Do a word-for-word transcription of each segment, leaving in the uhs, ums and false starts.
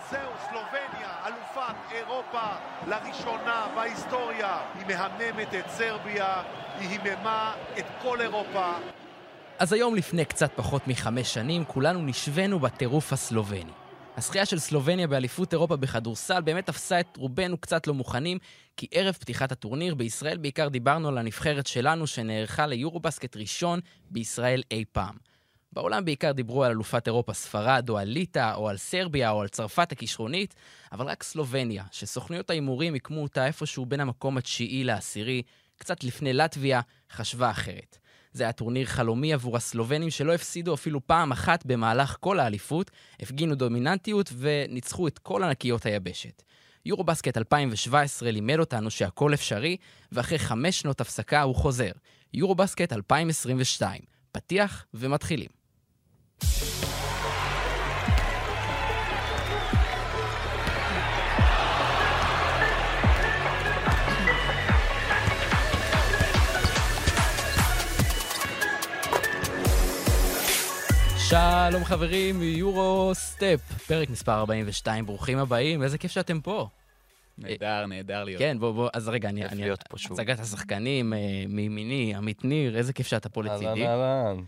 זהו, סלובניה, אלופת אירופה, לראשונה בהיסטוריה. היא מהממת את סרביה, היא היממה את כל אירופה. אז היום לפני קצת פחות מחמש שנים, כולנו נשווינו בטירוף הסלובני. הזכייה של סלובניה באליפות אירופה בכדורסל באמת תפסה את רובנו קצת לא מוכנים, כי ערב פתיחת הטורניר בישראל בעיקר דיברנו על הנבחרת שלנו שנערכה ליורובסקט ראשון בישראל אי פעם. בעולם בעיקר דיברו על אלופת אירופה ספרד או על ליטא או על סרביה או על צרפת הכישרונית, אבל רק סלובניה, שסוכנויות האימורים יקמו אותה איפשהו בין המקום התשיעי לעשירי, קצת לפני לטביה, חשבה אחרת. זה היה טורניר חלומי עבור הסלובנים שלא הפסידו אפילו פעם אחת במהלך כל האליפות, הפגינו דומיננטיות וניצחו את כל ענקיות היבשת. יורובסקט אלפיים שבע עשרה לימד אותנו שהכל אפשרי, ואחרי חמש שנות הפסקה הוא חוזר. יורובסקט אלפיים עשרים ושתיים, פתיח ומתחילים. שלום חברים, יורו סטפ, פרק מספר ארבעים ושתיים, ברוכים הבאים, איזה כיף שאתם פה. נהדר, נהדר להיות. כן, בוא, בוא, אז רגע, אני, אני, הצגת השחקנים, מימיני, עמית ניר, איזה כיף שאתה פה לצידי. אהלן, אהלן.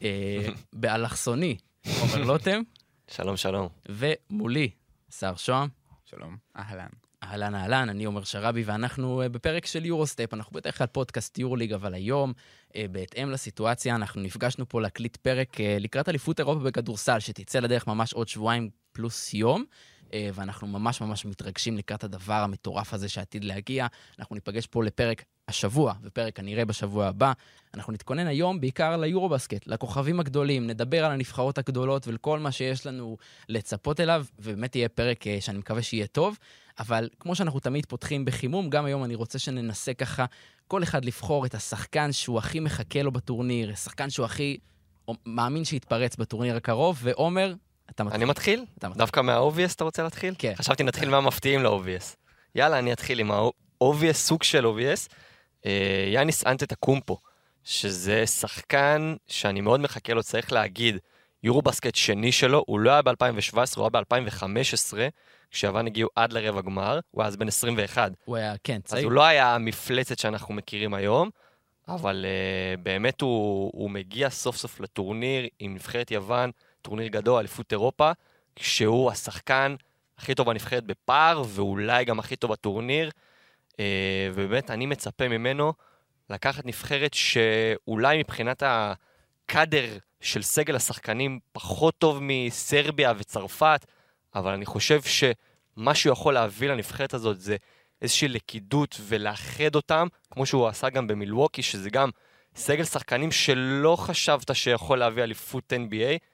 באלכסוני, עומר לוטם. שלום, שלום. ומולי, שר שוהם. שלום, אהלן. אהלן, אהלן, אני עומר שרבי, ואנחנו בפרק של יורוסטפ, אנחנו בדרך כלל פודקאסט יורוליג, אבל היום, בהתאם לסיטואציה, אנחנו נפגשנו פה להקליט פרק לקראת אליפות אירופה בכדורסל, שתצא לדרך ממש עוד שבועיים פלוס יום, ואנחנו ממש ממש מתרגשים לקראת הדבר המטורף הזה שעתיד להגיע. אנחנו ניפגש פה לפרק השבוע, ופרק הנראה בשבוע הבא. אנחנו נתכונן היום בעיקר ליורובסקט, לכוכבים הגדולים, נדבר על הנבחרות הגדולות ולכל מה שיש לנו לצפות אליו, ובאמת יהיה פרק שאני מקווה שיהיה טוב. אבל כמו שאנחנו תמיד פותחים בחימום, גם היום אני רוצה שננסה ככה, כל אחד לבחור את השחקן שהוא הכי מחכה לו בטורניר, השחקן שהוא הכי מאמין שיתפרץ בטורניר הקרוב, ועומר, אתה מתחיל. אני מתחיל? אתה מתחיל. דווקא מה-obvious אתה רוצה להתחיל? כן. חשבתי נתחיל מהמפתיעים ל-obvious. יאללה, אני אתחיל עם ה-obvious, סוג של obvious. יאניס אנטטוקומפו, שזה שחקן שאני מאוד מחכה לו, צריך להגיד, יורובסקט שני שלו, הוא לא היה ב-אלפיים שבע עשרה, הוא היה ב-אלפיים וחמש עשרה, כשיוון הגיעו עד לרבע גמר, הוא היה אז בן עשרים ואחת. הוא היה, כן, צעיר. אז הוא לא היה המפלצת שאנחנו מכירים היום, אבל uh, באמת הוא, הוא מגיע סוף סוף לטורניר עם נבחרת יוון, טורניר גדול, אליפות אירופה, כשהוא השחקן הכי טוב בנבחרת בפער, ואולי גם הכי טוב בטורניר, uh, ובאמת אני מצפה ממנו לקחת נבחרת שאולי מבחינת הקאדר של סגל השחקנים פחות טוב מסרביה וצרפת, אבל אני חושב שמה שהוא יכול להביא לנבחרת הזאת זה איזושהי לכידות ולאחד אותם, כמו שהוא עשה גם במילווקי, שזה גם סגל שחקנים שלא חשבת שיכול להביא אליפות אן בי איי,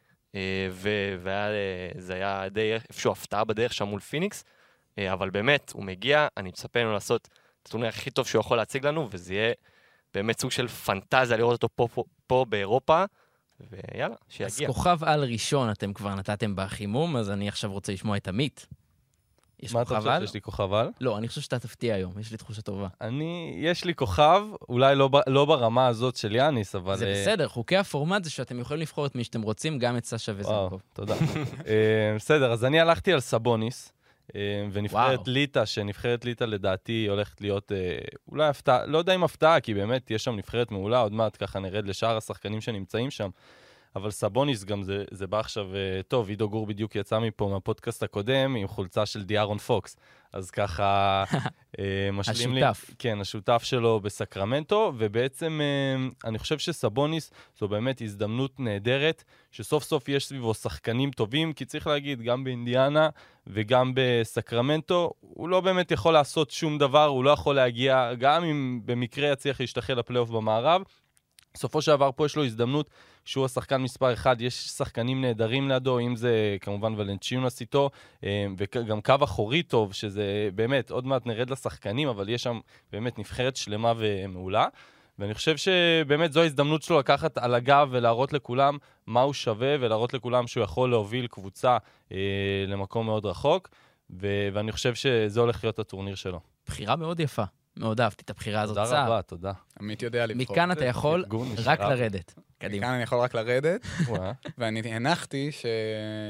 וזה היה די איפשהו הפתעה בדרך שם מול פיניקס, אבל באמת הוא מגיע, אני מצפה לנו לעשות את הטורניר הכי טוב שהוא יכול להציג לנו, וזה יהיה באמת סוג של פנטזיה לראות אותו פה, פה, פה באירופה, ויאללה, שיגיע. אז כוכב על ראשון אתם כבר נתתם בחימום, אז אני עכשיו רוצה לשמוע את עמית. יש מה אתה כוכב חושב על? שיש לי כוכב על? לא, אני חושב שאתה תפתיע היום, יש לי תחושה טובה. אני, יש לי כוכב, אולי לא, לא ברמה הזאת של יאניס, אבל... זה בסדר, חוקי הפורמט זה שאתם יכולים לבחור את מי שאתם רוצים, גם את סשה וזנקוב. תודה. בסדר, אז אני הלכתי על סבוניס, ונבחרת ליטא, שנבחרת ליטא לדעתי הולכת להיות אולי הפתעה, לא יודע אם הפתעה, כי באמת יש שם נבחרת מעולה, עוד מעט ככה נרד לשאר השחקנים שנמצאים שם, אבל סבוניס גם זה, זה בא עכשיו, טוב, עידו גור בדיוק יצא מפה מהפודקאסט הקודם, עם חולצה של דיארון פוקס, אז ככה משלים לי... השותף. כן, השותף שלו בסקרמנטו, ובעצם אני חושב שסבוניס זו באמת הזדמנות נהדרת, שסוף סוף יש סביבו שחקנים טובים, כי צריך להגיד, גם באינדיאנה וגם בסקרמנטו, הוא לא באמת יכול לעשות שום דבר, הוא לא יכול להגיע, גם אם במקרה יצליח להשתחל לפלייאוף במערב, בסופו שעבר פה יש לו הזדמנות שהוא השחקן מספר אחד, יש שחקנים נהדרים לידו, אם זה כמובן ולנצ'יונס איתו, וגם קו אחורי טוב, שזה באמת, עוד מעט נרד לשחקנים, אבל יש שם באמת נבחרת שלמה ומעולה, ואני חושב שבאמת זו ההזדמנות שלו לקחת על הגב ולהראות לכולם מה הוא שווה, ולהראות לכולם שהוא יכול להוביל קבוצה אה, למקום מאוד רחוק, ו- ואני חושב שזה הולך להיות הטורניר שלו. בחירה מאוד יפה. מאוד אהבתי את הבחירה הזאת. תודה רבה, תודה. עמית יודע לבחור. מכאן אתה יכול רק לרדת. מכאן אני יכול רק לרדת, ואני הנחתי ש...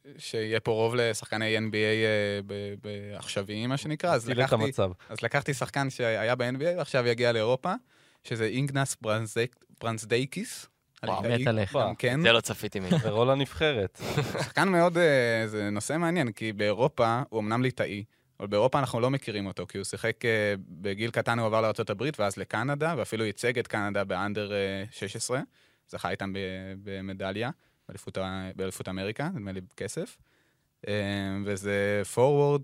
שיהיה פה רוב לשחקני אן בי איי בעכשוויים, מה שנקרא. אז תציל את המצב. אז לקחתי שחקן שהיה ב-אן בי איי, ועכשיו יגיע לאירופה, שזה אינגנס ברנסדייקיס. וואו, מת עליך. זה לא צפיתי ממנו. ורול הנבחרת. שחקן מאוד, זה נושא מעניין, כי באירופה הוא אמנם ליטאי, אבל באירופה אנחנו לא מכירים אותו, כי הוא שיחק בגיל קטן, הוא עבר לארצות הברית, ואז לקנדה, ואפילו ייצג את קנדה באנדר שש עשרה, זכה איתם במדליה, באליפות אמריקה, נדמה לי בכסף. וזה פורוורד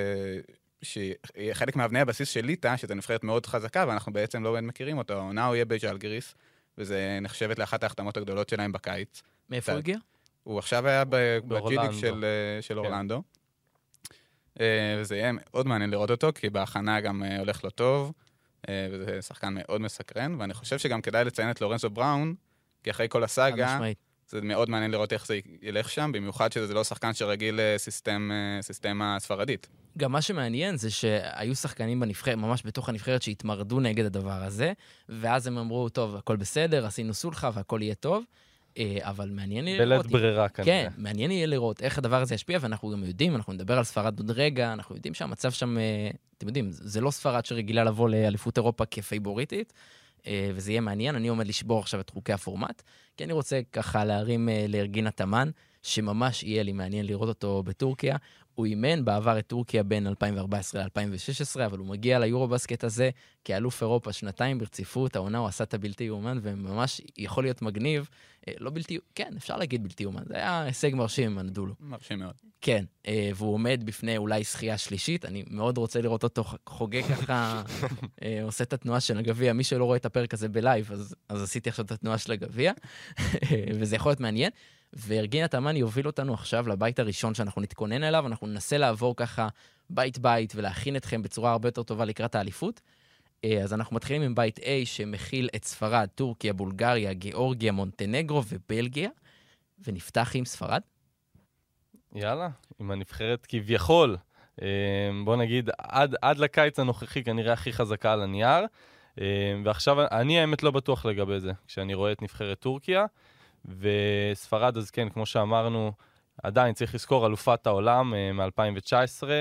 שחלק מאבני הבסיס של ליטא, שזו נבחרת מאוד חזקה, ואנחנו בעצם לא מכירים אותו. העונה הוא יהיה בג'לגריס, וזה נחשבת לאחת ההחתמות הגדולות שלהם בקיץ. מאיפה הוא הגיע? הוא עכשיו היה בג'יליג של אורלנדו. וזה יהיה מאוד מעניין לראות אותו, כי בהכנה גם הולך לו טוב, וזה שחקן מאוד מסקרן, ואני חושב שגם כדאי לציין את לורנזו בראון, כי אחרי כל הסאגה, זה מאוד מעניין לראות איך זה ילך שם, במיוחד שזה לא שחקן שרגיל לסיסטמה הספרדית. גם מה שמעניין זה שהיו שחקנים בנבחרת, ממש בתוך הנבחרת שהתמרדו נגד הדבר הזה, ואז הם אמרו, טוב, הכל בסדר, עשינו סולחה והכל יהיה טוב, אבל מעניין יהיה לראות... בלית ברירה כנראה. כן, מעניין יהיה לראות איך הדבר הזה ישפיע, ואנחנו גם יודעים, אנחנו נדבר על ספרד עוד רגע, אנחנו יודעים שהמצב שם, אתם יודעים, זה לא ספרד שרגילה לבוא לאליפות אירופה כפייבוריטית, וזה יהיה מעניין. אני עומד לשבור עכשיו את חוקי הפורמט, כי אני רוצה ככה להרים לארגינה תמן, שממש יהיה לי מעניין לראות אותו בטורקיה. הוא אימן בעבר את טורקיה בין אלפיים וארבע עשרה ל-אלפיים ושש עשרה, אבל הוא מגיע ליורובסקט הזה כאלוף אירופה שנתיים ברציפות, העונה הוא עשה את הבלתי יאומן, וממש יכול להיות מגניב, לא בלתי, כן, אפשר להגיד בלתי יאומן, זה היה הישג מרשים, מנדולו. מרשים מאוד. כן, והוא עומד בפני אולי שחייה שלישית, אני מאוד רוצה לראות אותו חוגג ככה, עושה את התנועה של הגביע, מי שלא רואה את הפרק הזה בלייב, אז, אז עשיתי עכשיו את התנועה של הגביע, וזה יכול להיות מעניין. וארגינה תמן יוביל אותנו עכשיו לבית הראשון שאנחנו נתכונן אליו, אנחנו ננסה לעבור ככה בית בית ולהכין אתכם בצורה הרבה יותר טובה לקראת האליפות. אז אנחנו מתחילים עם בית A שמכיל את ספרד, טורקיה, בולגריה, גיאורגיה, מונטנגרו ובלגיה, ונפתח עם ספרד. יאללה, עם הנבחרת כביכול. בוא נגיד, עד, עד לקיץ הנוכחי כנראה הכי חזקה על הנייר, ועכשיו אני האמת לא בטוח לגבי זה, כשאני רואה את נבחרת טורקיה, וספרד, אז כן, כמו שאמרנו, עדיין צריך לזכור אלופת העולם מ-אלפיים תשע עשרה,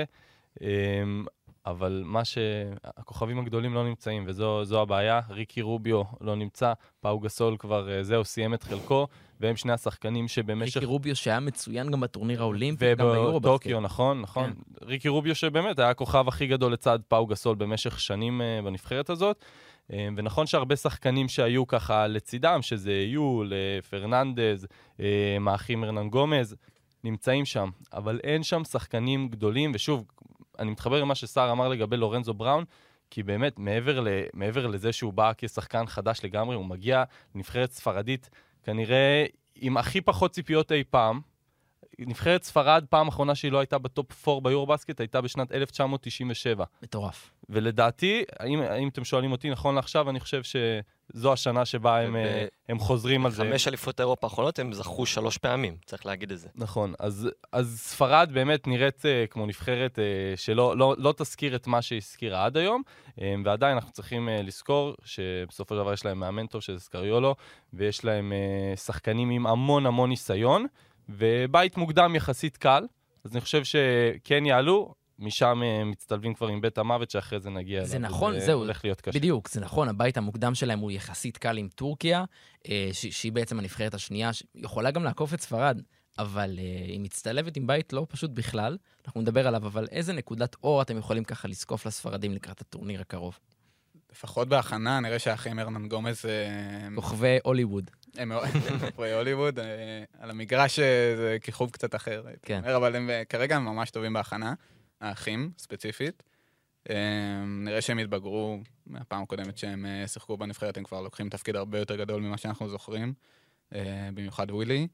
אבל מה שהכוכבים הגדולים לא נמצאים, וזו הבעיה. ריקי רוביו לא נמצא, פאו גסול כבר זהו, סיים את חלקו, והם שני השחקנים שבמשך... ריקי רוביו שהיה מצוין גם בטורניר האולימפי, גם ביורובסקט. ובטוקיו, נכון, נכון. כן. ריקי רוביו שבאמת היה הכוכב הכי גדול לצד פאו גסול במשך שנים בנבחרת הזאת, ונכון שהרבה שחקנים שהיו ככה לצידם, שזה יול, פרננדז, מאחים הרנן גומז, נמצאים שם, אבל אין שם שחקנים גדולים, ושוב, אני מתחבר למה ששר אמר לגבי לורנזו בראון, כי באמת, מעבר, ל, מעבר לזה שהוא בא כשחקן חדש לגמרי, הוא מגיע לנבחרת ספרדית, כנראה עם הכי פחות ציפיות אי פעם. נבחרת ספרד, פעם אחרונה שהיא לא הייתה בטופ ארבע ביורובסקט, הייתה בשנת אלף תשע מאות תשעים ושבע. מטורף. ולדעתי, האם, האם אתם שואלים אותי, נכון לעכשיו, אני חושב שזו השנה שבה הם, ב- הם חוזרים על זה. בחמש אליפות אירופה האחרונות הם זכו שלוש פעמים, צריך להגיד את זה. נכון, אז, אז ספרד באמת נראית uh, כמו נבחרת uh, שלא לא, לא תזכיר את מה שהזכירה עד היום, um, ועדיין אנחנו צריכים uh, לזכור שבסופו של דבר יש להם מאמן טוב שזה סקריולו, ויש להם uh, שחקנים עם המון המון ניסיון, ובית מוקדם יחסית קל, אז אני חושב שכן יעלו, משם מצטלבים כבר עם בית המוות, שאחרי זה נגיע אליו. זה נכון, זהו, בדיוק, זה נכון, הבית המוקדם שלהם הוא יחסית קל עם טורקיה, שהיא בעצם הנבחרת השנייה, שיכולה גם לעקוף את ספרד, אבל היא מצטלבת עם בית לא פשוט בכלל, אנחנו נדבר עליו, אבל איזה נקודת אור אתם יכולים ככה לסקוף לספרדים לקראת הטורניר הקרוב? לפחות בהכנה, נראה שהאחים הרנן גומז... כוכבי הוליווד. הם כוכבי הוליווד, על המגרש זה כיכוב קצת אחר. כן. אבל הם כרגע ממש טובים בהכנה, האחים ספציפית. נראה שהם התבגרו מהפעם הקודמת שהם שיחקו בנבחרת, הם כבר לוקחים תפקיד הרבה יותר גדול ממה שאנחנו זוכרים, במיוחד ווילי.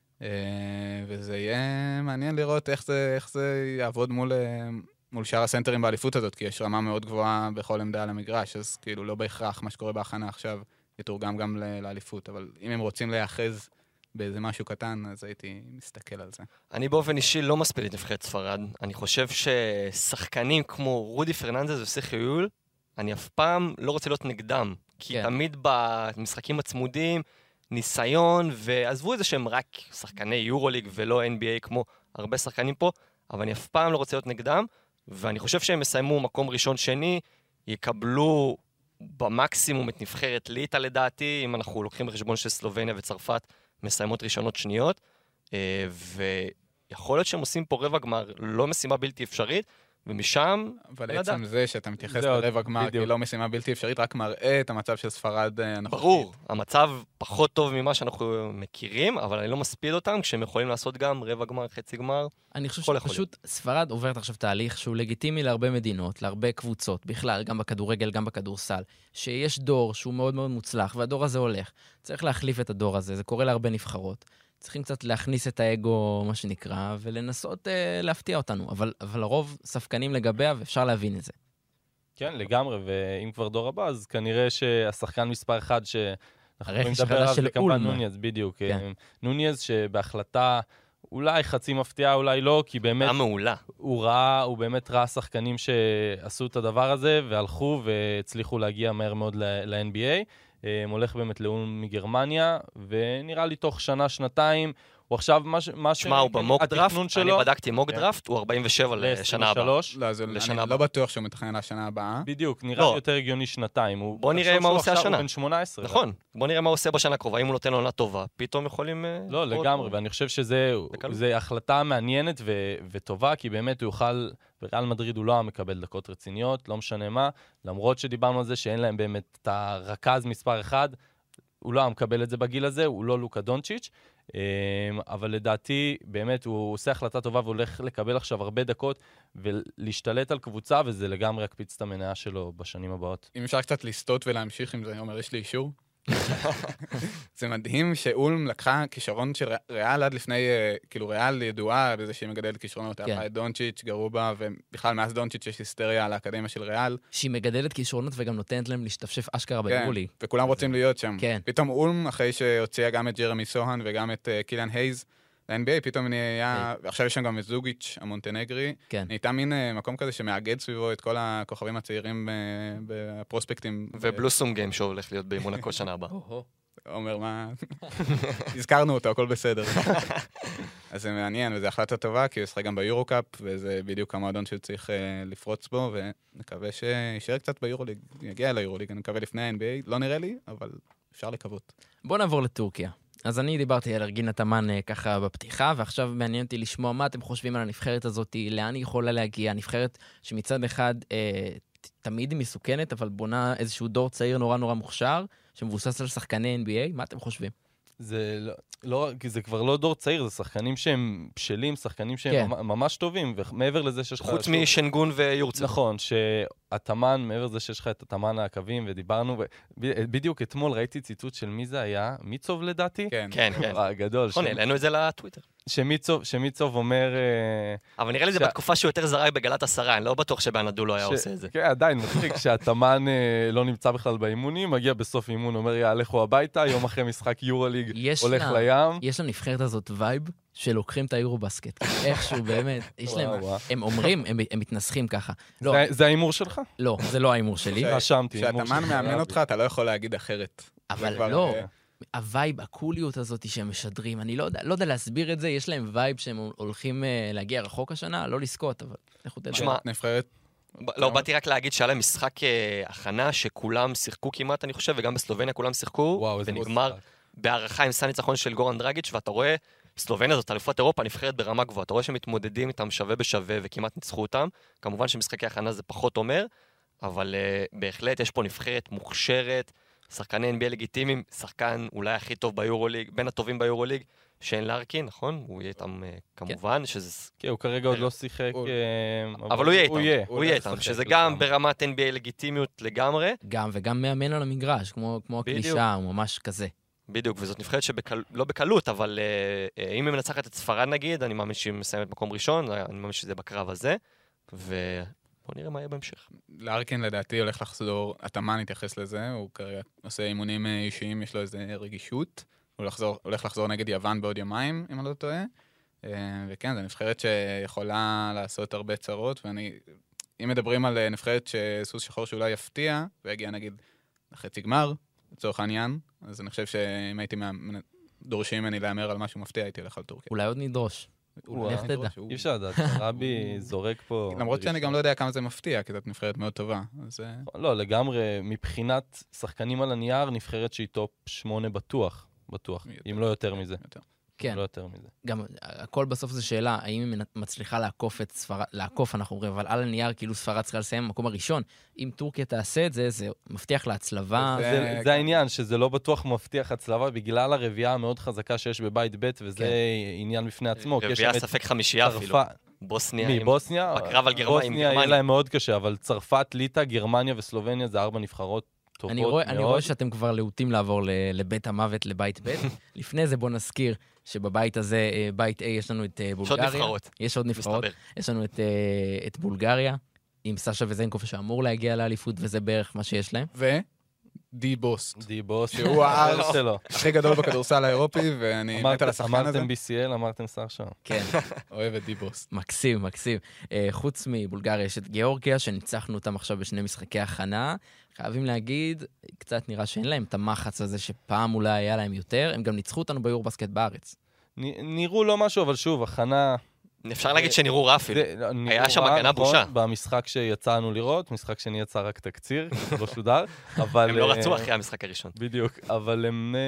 וזה יהיה מעניין לראות איך זה, איך זה יעבוד מול... מול שאר הסנטרים באליפות הזאת, כי יש רמה מאוד גבוהה בכל עמדה על המגרש, אז כאילו לא בהכרח מה שקורה בהכנה עכשיו יתורגם גם לאליפות, אבל אם הם רוצים להיאחז באיזה משהו קטן, אז הייתי מסתכל על זה. אני באופן אישי לא מספיק את נבחרת ספרד. אני חושב ששחקנים כמו רודי פרננדז וסרחיו יול, אני אף פעם לא רוצה להיות נגדם, כי כן. תמיד במשחקים הצמודים, ניסיון, ועזבו את זה שהם רק שחקני יורוליג ולא אן בי איי כמו הרבה שחקנים פה, אבל אני אף פעם לא רוצה להיות נגדם, ואני חושב שהם יסיימו מקום ראשון שני, יקבלו במקסימום את נבחרת ליטא לדעתי, אם אנחנו לוקחים בחשבון של סלובניה וצרפת מסיימות ראשונות שניות, ויכול להיות שהם עושים פה רבע גמר, לא משימה בלתי אפשרית, ומשם... אבל עצם זה שאתה מתייחס לרבע גמר, כי לא משימה בלתי אפשרית, רק מראה את המצב של ספרד הנוכחית. ברור, המצב פחות טוב ממה שאנחנו מכירים, אבל אני לא מספיד אותם, כשהם יכולים לעשות גם רבע גמר, חצי גמר. אני חושב שפשוט ספרד עוברת עכשיו תהליך שהוא לגיטימי להרבה מדינות, להרבה קבוצות, בכלל, גם בכדורגל, גם בכדורסל, שיש דור שהוא מאוד מאוד מוצלח, והדור הזה הולך. צריך להחליף את הדור הזה, זה קורה להרבה נבחרות. צריכים קצת להכניס את האגו, מה שנקרא, ולנסות אה, להפתיע אותנו. אבל, אבל הרוב ספקנים לגביה, ואפשר להבין את זה. כן, לגמרי, ואם כבר דור הבא, אז כנראה שהשחקן מספר אחד ש... הרכש החדש של אולם. נוניאז, בדיוק. כן. נוניאז שבהחלטה אולי חצי מפתיעה, אולי לא, כי באמת... המעולה. הוא ראה, הוא באמת ראה שחקנים שעשו את הדבר הזה, והלכו והצליחו להגיע מהר מאוד ל-אן בי איי. הוא הולך באמת לאולם מגרמניה, ונראה לי תוך שנה, שנתיים, הוא עכשיו, מה ש... שמה, הוא במוק דראפט, אני בדקתי מוק דראפט, הוא ארבעים ושבע לשנה הבאה. אני לא בטוח שהוא מתכנן לשנה הבאה. בדיוק, נראה יותר הגיוני שנתיים. בוא נראה מה הוא עושה השנה. הוא בן שמונה עשרה. נכון, בוא נראה מה הוא עושה בשנה הקרובה, אם הוא נותן עונה טובה, פתאום יכולים... לא, לגמרי, ואני חושב שזו החלטה מעניינת וטובה, כי באמת הוא יוכל... בריאל מדריד הוא לא מקבל דקות רציניות, לא משנה מה, למרות שדיברנו על זה שאין להם באמת את הרכז מספר אחד, הוא לא מקבל את זה בגיל הזה, הוא לא לוקה דונצ'יץ', אבל לדעתי באמת הוא עושה החלטה טובה והולך לקבל עכשיו הרבה דקות ולהשתלט על קבוצה, וזה לגמרי יקפיץ את המניה שלו בשנים הבאות. אם אפשר קצת לסטות ולהמשיך עם זה, אני אומר, יש לי אישור. זה מדהים שאולם לקחה כישרון של ריאל עד לפני, כאילו ריאל ידועה בזה שהיא מגדלת כישרונות, היה דונצ'יץ', גרובה, ובכלל מאז דונצ'יץ' יש היסטריה על האקדמיה של ריאל. שהיא מגדלת כישרונות וגם נותנת להם להשתפשף אשכרה ביורוליג. וכולם רוצים להיות שם. פתאום אולם, אחרי שהוציאה גם את ג'רמי סוהן וגם את קיליאן הייז, ל-אן בי איי פתאום נהיה, עכשיו יש שם גם את זוגיץ' המונטנגרי, נהייתה מין מקום כזה שמאגד סביבו את כל הכוכבים הצעירים בפרוספקטים. ובלוסום גיים שואו הולך להיות באימון הכל שנה הבאה. אומר מה... הזכרנו אותו, הכל בסדר. אז זה מעניין, וזו החלטה טובה, כי הוא ישחק גם ביורו-קאפ, וזה בדיוק המועדון שצריך לפרוץ בו, ונקווה שישאר קצת ביורוליג, יגיע ליורוליג, אני מקווה לפני ה-אן בי איי, לא נראה לי, אבל אפשר לקוות. בוא נעבור לטורקיה. אז אני דיברתי על ארגינה תמן ככה בפתיחה, ועכשיו מעניין אותי לשמוע מה אתם חושבים על הנבחרת הזאת, לאן היא יכולה להגיע, נבחרת שמצד אחד אה, תמיד היא מסוכנת, אבל בונה איזשהו דור צעיר נורא נורא מוכשר, שמבוסס על שחקני אן בי איי, מה אתם חושבים? זה לא, לא, כי זה כבר לא דור צעיר, זה שחקנים שהם בשלים, שחקנים שהם כן. ממש טובים, ומעבר לזה שיש לך... חוץ משנגון ויורצה. נכון, שהתאמן, מעבר לזה שיש לך את התאמן העקבים, ודיברנו, בדיוק אתמול ראיתי ציטוט של מי זה היה, מיצוב לדעתי? כן, כן. כן. גדול. נכון, העלינו את זה לטוויטר. שמיצוב, שמיצוב אומר... אבל נראה לי זה בתקופה שהוא יותר זרק בגלת עשרה, אני לא בטוח שבאנדו לא היה עושה את זה. כן, עדיין, מצחיק שהתאמן לא נמצא בכלל באימונים, מגיע בסוף אימון, אומר, יאלכו הביתה, יום אחרי משחק יורוליג, הולך לים. יש לנבחרת הזאת וייב שלוקחים את היורובסקט. איכשהו באמת, יש להם, הם אומרים, הם מתנסחים ככה. זה האימור שלך? לא, זה לא האימור שלי. רשמתי. כשהתאמן מאמן אותך, אתה לא יכול להגיד אחרת. אבל לא. הווייב, הקוליות הזאת שהם משדרים, אני לא יודע, לא יודע להסביר את זה, יש להם וייב שהם הולכים להגיע רחוק השנה, לא לזכות, אבל איך הוא תדע? תשמע, נבחרת... לא, באתי רק להגיד שהיה להם משחק הכנה שכולם שיחקו כמעט, אני חושב, וגם בסלובניה כולם שיחקו, ונגמר בהערכה עם סל ניצחון של גורן דרגיץ', ואתה רואה, סלובניה זאת אלופת אירופה, נבחרת ברמה גבוהה, אתה רואה שהם מתמודדים איתם שווה בשווה, וכמעט ניצחו אותם, כמובן שמשחקי הכנה זה פחות אומר, אבל בהחלט יש פה נבחרת מוכשרת, שחקני אן בי איי לגיטימיים, שחקן אולי הכי טוב ביורוליג, בין הטובים ביורוליג, שיין לארקין, נכון? הוא יהיה איתם כמובן, שזה... כן, הוא כרגע עוד לא שיחק... אבל הוא יהיה איתם, הוא יהיה איתם, שזה גם ברמת אן בי איי לגיטימיות לגמרי. גם, וגם מאמן על המגרש, כמו הקלישה, הוא ממש כזה. בדיוק, וזאת נבחרת שלא בקלות, אבל אם היא מנצחת את ספרד נגיד, אני מאמין שהיא מסיימת מקום ראשון, אני מאמין שזה בקרב הזה, ו... בוא נראה מה יהיה בהמשך. לארקין לדעתי הולך לחזור, התאמן יתייחס לזה, הוא כרגע עושה אימונים אישיים, יש לו איזה רגישות, הוא לחזור, הולך לחזור נגד יוון בעוד יומיים, אם אני לא טועה, וכן, זו נבחרת שיכולה לעשות הרבה צרות, ואני, אם מדברים על נבחרת שסוס שחור שאולי יפתיע, ויגיע נגיד לחצי גמר, לצורך העניין, אז אני חושב שאם הייתי דורשים ממני לאמר על משהו מפתיע, הייתי הולך על טורקיה. אולי עוד נדרוש. לך תדע. אי אפשר לדעת, רבי זורק פה... למרות שאני גם לא יודע כמה זה מפתיע, כי זאת נבחרת מאוד טובה. לא, לגמרי, מבחינת שחקנים על הנייר, נבחרת שהיא טופ שמונה בטוח, בטוח, אם לא יותר מזה. כן. לא יותר מזה. גם הכל בסוף זה שאלה, האם היא מצליחה לעקוף את ספרד, לעקוף אנחנו אומרים, אבל על הנייר כאילו ספרד צריכה לסיים במקום הראשון. אם טורקיה תעשה את זה, זה מבטיח להצלבה. זה, זה העניין, שזה לא בטוח מבטיח הצלבה, בגלל הרביעה המאוד חזקה שיש בבית ב', וזה כן. עניין בפני עצמו. רביעה ספק חמישייה אפילו. בוסניה. מי, בוסניה? בקרב על גרמניה. בוסניה יהיה להם מאוד קשה, אבל צרפת, ליטא, גרמניה וסלובניה זה ארבע נבחרות טובות אני רואה, מאוד. אני רואה שאתם כבר להוטים לעבור לבית המוות, לבית ב'. לפני זה בוא נזכיר שבבית הזה, בית A, יש לנו את בולגריה. יש עוד נבחרות. יש עוד נבחרות. יש לנו את, את בולגריה, עם סשה וזנקוף שאמור להגיע לאליפות, וזה בערך מה שיש להם. ו? די בוס. די בוס. שהוא הארס שלו. הכי גדול בכדורסל האירופי, ואני מת על השחקן הזה. אמרתם בי סי אל, אמרתם סשה. כן. אוהב את די בוס. מקסים, מקסים. חוץ מבולגריה יש את גיאורגיה, שניצחנו אותם עכשיו בשני משחקי הכנה. חייבים להגיד, קצת נראה שאין להם את המחץ הזה שפעם אולי היה להם יותר. הם גם ניצחו אותנו ביורבסקט בארץ. נראו לא משהו, אבל שוב, הכנה... אפשר להגיד שנראו רע אפילו. היה שם הגנה בושה. במשחק שיצאנו לראות, משחק שאני יצא רק תקציר, לא שודר, אבל... הם לא רצו אחרי המשחק הראשון. בדיוק, אבל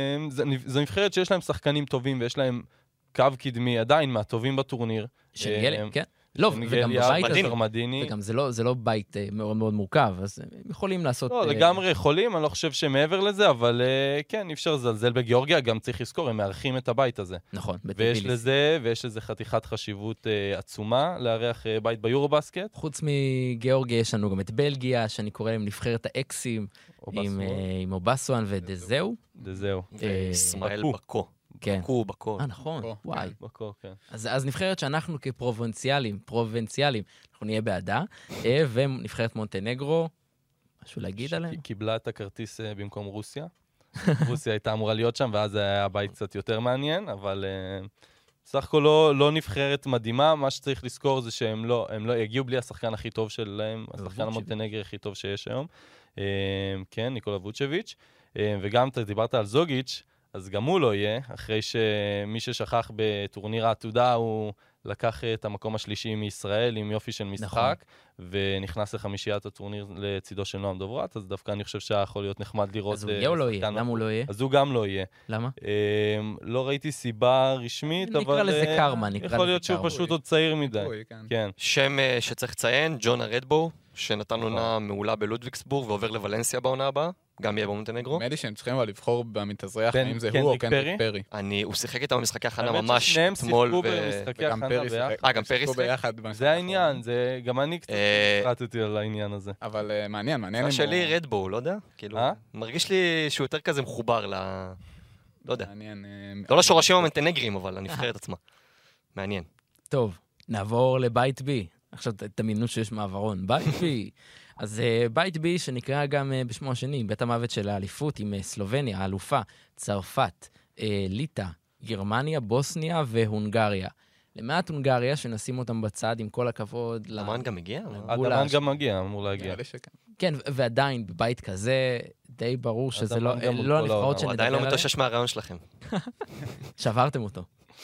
זו נבחרת שיש להם שחקנים טובים, ויש להם קו קדמי עדיין מהטובים בטורניר. שנגליה, כן. לא, וגם בבית הזה, וגם זה לא, זה לא בית מאוד מאוד מורכב, אז הם יכולים לעשות... לא, לגמרי יכולים, אני לא חושב שמעבר לזה, אבל כן, אי אפשר לזלזל בגיאורגיה, גם צריך לזכור, הם מארחים את הבית הזה. נכון, ויש לזה, ויש לזה חתיכת חשיבות עצומה, לארח בית ביורובסקט. חוץ מגיאורגיה, יש לנו גם את בלגיה, שאני קורא להם נבחרת האקסים, עם אובסואן ודזהו. דזהו. ישראל בקו. כן. בקו, בקו. אה, נכון, וואי. בקו, כן. אז, אז נבחרת שאנחנו כפרובינציאלים, פרובינציאלים, אנחנו נהיה בעדה, ונבחרת מונטנגרו, משהו להגיד עליהם? קיבלה את הכרטיס במקום רוסיה. רוסיה הייתה אמורה להיות שם, ואז היה הבית קצת יותר מעניין, אבל סך הכל לא, לא נבחרת מדהימה. מה שצריך לזכור זה שהם לא, הם לא יגיעו בלי השחקן הכי טוב שלהם, השחקן המונטנגרי הכי טוב שיש היום. כן, ניקולה ווצ'ביץ'. וגם אתה דיברת על זוגיץ', אז גם הוא לא יהיה, אחרי שמי ששכח בטורניר העתודה, הוא לקח את המקום השלישי מישראל עם יופי של משחק, נכון. ונכנס לחמישיית הטורניר לצידו של נועם דוברת, אז דווקא אני חושב שיכול להיות נחמד לראות... אז הוא יהיה או לא יהיה? למה הוא לא יהיה? אז הוא גם לא יהיה. למה? לא ראיתי סיבה רשמית, אבל... נקרא לזה קרמה, נקרא לזה קרמה. יכול להיות שהוא פשוט עוד צעיר מדי. כן. שם שצריך לציין, ג'ון הרדבו, שנתן עונה מעולה בלודוויגסבורג ועובר לוולנסיה בעונה הבאה. גם יהיה במונטנגרו. נדמה לי שהם צריכים לבחור במתאזרח, האם זה הוא או קנדריק פרי. הוא שיחק איתם במשחקי הכנה ממש אתמול. וגם פרי שיחק. אה, גם פרי שיחק. זה העניין, גם אני קצת החלטתי על העניין הזה. אבל מעניין, מעניין. זה שלי רדבו, לא יודע? מרגיש לי שהוא יותר כזה מחובר ל... לא יודע. לא לשורשים המונטנגרים, אבל לנבחרת עצמה. מעניין. טוב, נעבור לבית בי. עכשיו תמינו שיש מעברון. בית בי. אז uh, בית בי, שנקרא גם uh, בשמו השני, בית המוות של האליפות, עם uh, סלובניה, האלופה, צרפת, uh, ליטא, גרמניה, בוסניה והונגריה. למעט הונגריה, שנשים אותם בצד, עם כל הכבוד... הדמן גם מגיע? הדמן גם מגיע, אמור להגיע. כן, ועדיין, בבית כזה, די ברור שזה לא הנבחרות שנדבר עליהן. עדיין לא מתושש מהרעיון שלכם. שברתם אותו.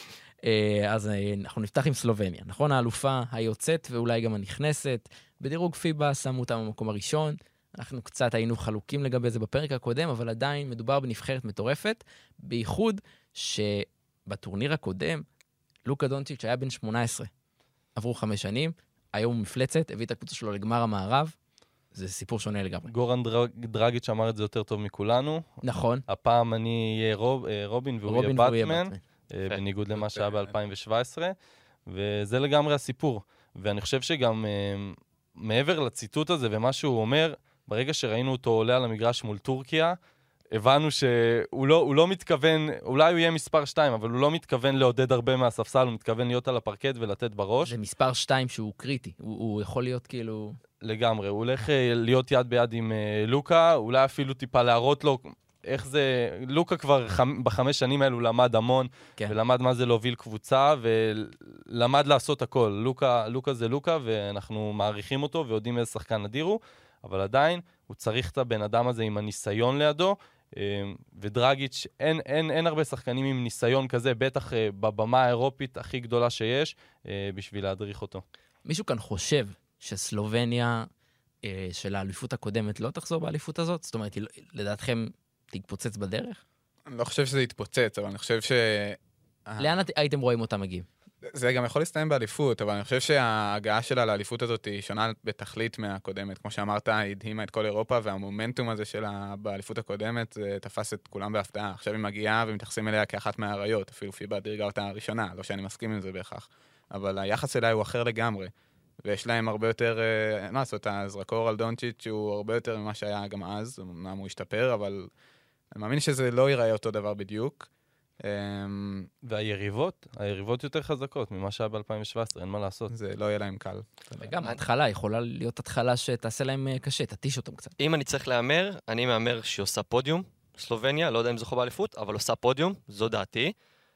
אז אנחנו נפתח עם סלובניה. נכון, האלופה היוצאת ואולי גם הנכנסת. בדירוג פיבה שמו אותם במקום הראשון. אנחנו קצת היינו חלוקים לגבי זה בפרק הקודם, אבל עדיין מדובר בנבחרת מטורפת, בייחוד שבטורניר הקודם, לוקה דונצ'יץ' היה בן שמונה עשרה. עברו חמש שנים, היום הוא מפלצת, הביא את הקבוצה שלו לגמר המערב. זה סיפור שונה לגמרי. גורן דרגיץ' אמר את זה יותר טוב מכולנו. נכון. הפעם אני אהיה רוב, רובין והוא יהיה באטמן, בניגוד למה שהיה ב-אלפיים שבע עשרה, וזה לגמרי הסיפור. ואני חושב שגם מעבר לציטוט הזה ומה שהוא אומר, ברגע שראינו אותו עולה על המגרש מול טורקיה, הבנו שהוא לא, הוא לא מתכוון, אולי הוא יהיה מספר שתיים, אבל הוא לא מתכוון לעודד הרבה מהספסל, הוא מתכוון להיות על הפרקט ולתת בראש. זה מספר שתיים שהוא קריטי, הוא, הוא יכול להיות כאילו... לגמרי, הוא הולך להיות יד ביד עם לוקה, אולי אפילו טיפה להראות לו איך זה... לוקה כבר חמ... בחמש שנים האלו למד המון, כן. ולמד מה זה להוביל קבוצה, ולמד לעשות הכל. לוקה, לוקה זה לוקה, ואנחנו מעריכים אותו ויודעים איזה שחקן אדיר הוא, אבל עדיין הוא צריך את הבן אדם הזה עם הניסיון לידו, ודרגיץ', אין, אין, אין הרבה שחקנים עם ניסיון כזה, בטח בבמה האירופית הכי גדולה שיש, בשביל להדריך אותו. מישהו כאן חושב שסלובניה של האליפות הקודמת לא תחזור באליפות הזאת? זאת אומרת, לדעתכם תתפוצץ בדרך? אני לא חושב שזה יתפוצץ, אבל אני חושב ש... לאן הייתם רואים אותה מגיעים? זה גם יכול להסתיים באליפות, אבל אני חושב שההגעה שלה לאליפות הזאת היא שונה בתכלית מהקודמת. כמו שאמרת, היא הדהימה את כל אירופה, והמומנטום הזה שלה באליפות הקודמת, זה תפס את כולם בהפתעה. עכשיו היא מגיעה ומתייחסים אליה כאחת מהאריות, אפילו פיבה דירגה אותה הראשונה, לא שאני מסכים עם זה בהכרח. אבל היחס אליה הוא אחר לגמרי, ויש להם הרבה יותר, מה לעשות, הזרקור על דונצ'יץ' הוא הרבה יותר ממה שהיה גם אז, אמנם הוא השתפר, אבל אני מאמין שזה לא ייראה אותו דבר בדיוק. והיריבות, היריבות יותר חזקות ממה שהיה ב-אלפיים שבע עשרה, אין מה לעשות. זה לא יהיה להם קל. וגם ההתחלה יכולה להיות התחלה שתעשה להם קשה, תתיש אותם קצת. אם אני צריך לאמר, אני מאמר שהיא עושה פודיום, סלובניה, לא יודע אם זוכה באליפות, אבל עושה פודיום, זו דעתי.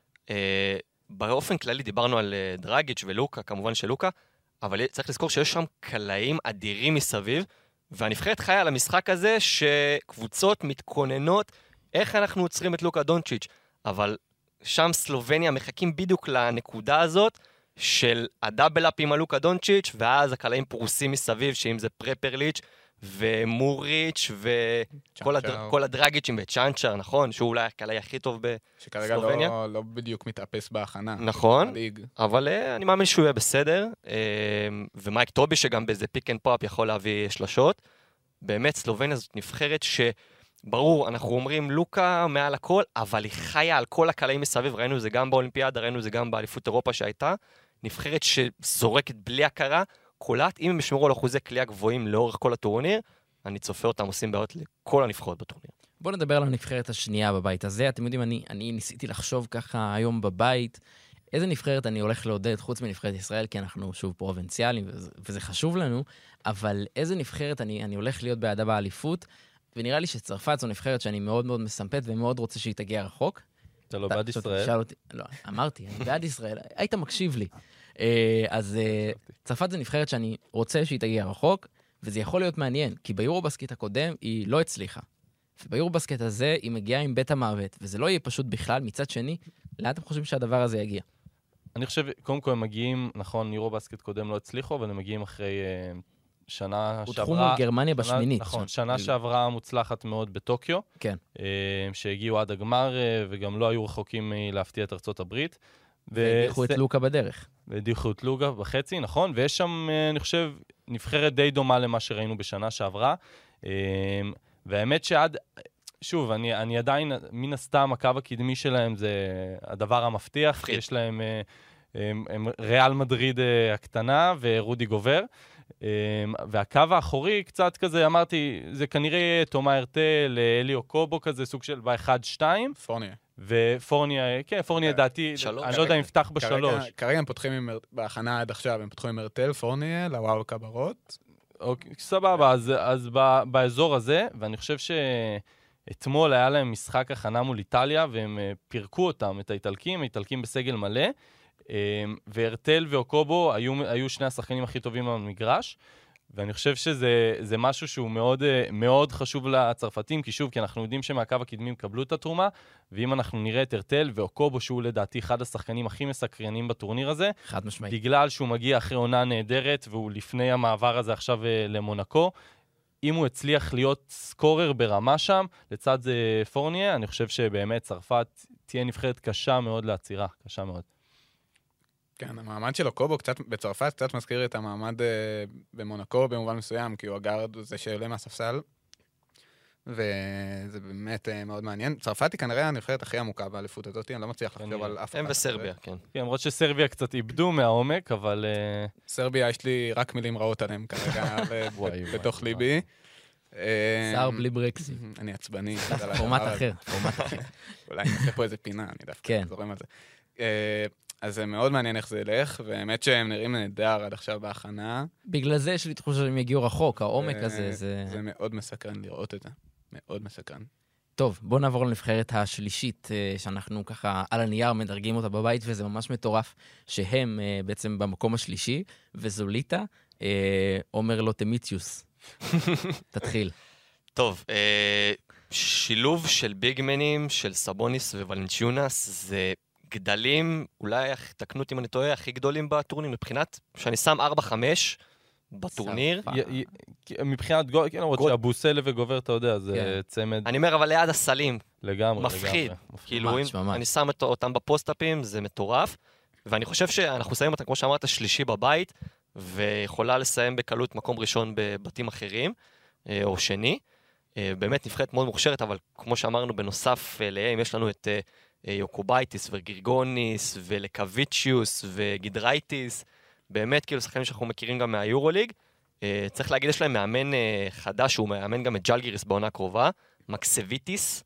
באופן כללי דיברנו על דרגיץ' ולוקה, כמובן שלוקה, אבל צריך לזכור שיש שם קלעים אדירים מסביב, והנבחרת חיה על המשחק הזה שקבוצות מתכוננות איך אנחנו עוצרים את לוקה דונצ'יץ', אבל שם סלובניה מחכים בדיוק לנקודה הזאת של הדאבל-אפ עם הלוקה דונצ'יץ', ואז הקלעים פרוסים מסביב, שאם זה פרפרליץ' ומוריץ' וכל הדר... הדרגיצ'ים וצ'אנצ'ר, נכון? שהוא אולי הקלעי הכי טוב בסלובניה. שכרגע לא, לא בדיוק מתאפס בהכנה. נכון, אבל אני מאמין שהוא יהיה בסדר, ומייק טובי שגם באיזה פיק אנד פאפ יכול להביא שלשות. באמת סלובניה זאת נבחרת ש... ברור, אנחנו אומרים לוקה מעל הכל, אבל היא חיה על כל הקלעים מסביב, ראינו זה גם באולימפיאדה, ראינו זה גם באליפות אירופה שהייתה, נבחרת שזורקת בלי הכרה, קולט, אם הם ישמרו על אחוזי קליעה גבוהים לאורך כל הטורניר, אני צופה אותם עושים בעיות לכל הנבחרות בטורניר. בואו נדבר על הנבחרת השנייה בבית הזה, אתם יודעים, אני, אני ניסיתי לחשוב ככה היום בבית, איזה נבחרת אני הולך לעודד חוץ מנבחרת ישראל, כי אנחנו שוב פרובינציאליים, וזה, וזה חשוב לנו, אבל איזה נבחרת אני, אני הולך להיות בעדה באליפות, ונראה לי שצרפת זו נבחרת שאני מאוד מאוד מסמפת, ומאוד רוצה שהיא תגיע רחוק. אתה לא בעד ישראל? לא, אמרתי, אני בעד ישראל, היית מקשיב לי. אז צרפת זו נבחרת שאני רוצה שהיא תגיע רחוק, וזה יכול להיות מעניין, כי ביורובסקט הקודם היא לא הצליחה. וביורובסקט הזה היא מגיעה עם בית המוות, וזה לא יהיה פשוט בכלל. מצד שני, לאן אתם חושבים שהדבר הזה יגיע? אני חושב, קודם כל הם מגיעים, נכון, יורובסקט קודם לא הצליחו, אבל הם מגיעים אחרי... שנה שעברה... הותחו מול גרמניה בשמינית. נכון, שנה שעברה מוצלחת מאוד בטוקיו. כן. שהגיעו עד הגמר, וגם לא היו רחוקים להפתיע את ארצות הברית. והדיחו את לוקה בדרך. והדיחו את לוקה בחצי, נכון. ויש שם, אני חושב, נבחרת די דומה למה שראינו בשנה שעברה. והאמת שעד... שוב, אני, אני עדיין, מן הסתם, הקו הקדמי שלהם זה הדבר המפתיח. יש להם ריאל מדריד הקטנה ורודי גובר. והקו האחורי, קצת כזה, אמרתי, זה כנראה תומה הרטל, אליו קובו כזה, סוג של ב-אחד שתיים. פורניה. ופורניה, כן, פורניה דעתי, אני לא יודע אם יפתח בשלוש. כרגע הם פותחים בהכנה עד עכשיו, הם פותחים עם הרטל, פורניה, לוואו קברות. סבבה, אז באזור הזה, ואני חושב שאתמול היה להם משחק הכנה מול איטליה, והם פירקו אותם, את האיטלקים, האיטלקים בסגל מלא, והרטל ואוקובו היו, היו שני השחקנים הכי טובים במגרש, ואני חושב שזה זה משהו שהוא מאוד, מאוד חשוב לצרפתים, כי שוב, כי אנחנו יודעים שמהקו הקדמים קבלו את התרומה, ואם אנחנו נראה את הרטל ואוקובו, שהוא לדעתי אחד השחקנים הכי מסקרנים בטורניר הזה, חד משמעית. בגלל שהוא מגיע אחרי עונה נהדרת, והוא לפני המעבר הזה עכשיו למונקו, אם הוא הצליח להיות סקורר ברמה שם, לצד זה פורניה, אני חושב שבאמת צרפת תהיה נבחרת קשה מאוד לעצירה, קשה מאוד. כן, המעמד של אוקובו קצת, בצרפת קצת מזכיר את המעמד אה, במונקו במובן מסוים, כי הוא הגארד זה שעולה מהספסל, וזה באמת אה, מאוד מעניין. צרפת היא כנראה הנבחרת הכי עמוקה באליפות הזאת, אני לא מצליח לחשוב על אף אחד. הם בסרביה, כן. כן, למרות שסרביה קצת איבדו מהעומק, אבל... סרביה, יש לי רק מילים רעות עליהם כרגע בתוך ליבי. שר בלי ברקסי. אני עצבני. פורמט אחר, פורמט אחר. אולי נעשה פה איזה פינה, אני דווקא זורם על זה. אז זה מאוד מעניין איך זה ילך, והאמת שהם נראים נהדר עד עכשיו בהכנה. בגלל זה יש לי תחושה שהם יגיעו רחוק, העומק הזה זה... זה מאוד מסקרן לראות את זה, מאוד מסקרן. טוב, בואו נעבור לנבחרת השלישית, שאנחנו ככה על הנייר מדרגים אותה בבית, וזה ממש מטורף שהם בעצם במקום השלישי, וזוליטה, עומר לוטמיציוס. תתחיל. טוב, שילוב של ביגמנים, של סבוניס וולנצ'יונס, זה גדלים, אולי תקנו אותי אם אני טועה, הכי גדולים בטורניר, מבחינת שאני שם ארבע חמש בטורניר. מבחינת גול, כן, למרות שאבוסלה וגובר, אתה יודע, זה צמד... אני אומר, אבל ליד הסלים. לגמרי, מפחיד. כאילו, אם אני שם אותם בפוסט-אפים, זה מטורף. ואני חושב שאנחנו שמים אותם, כמו שאמרת, שלישי בבית, ויכולה לסיים בקלות מקום ראשון בבתים אחרים, או שני. באמת נבחרת מאוד מוכשרת, אבל כמו שאמרנו, בנוסף אליהם, יש לנו את יוקובייטיס וגירגוניס, ולקוויצ'יוס וגידרייטיס, באמת כאילו שחקנים שאנחנו מכירים גם מהיורוליג. צריך להגיד, יש להם מאמן חדש, הוא מאמן גם את ג'לגיריס בעונה הקרובה, מקסוויטיס,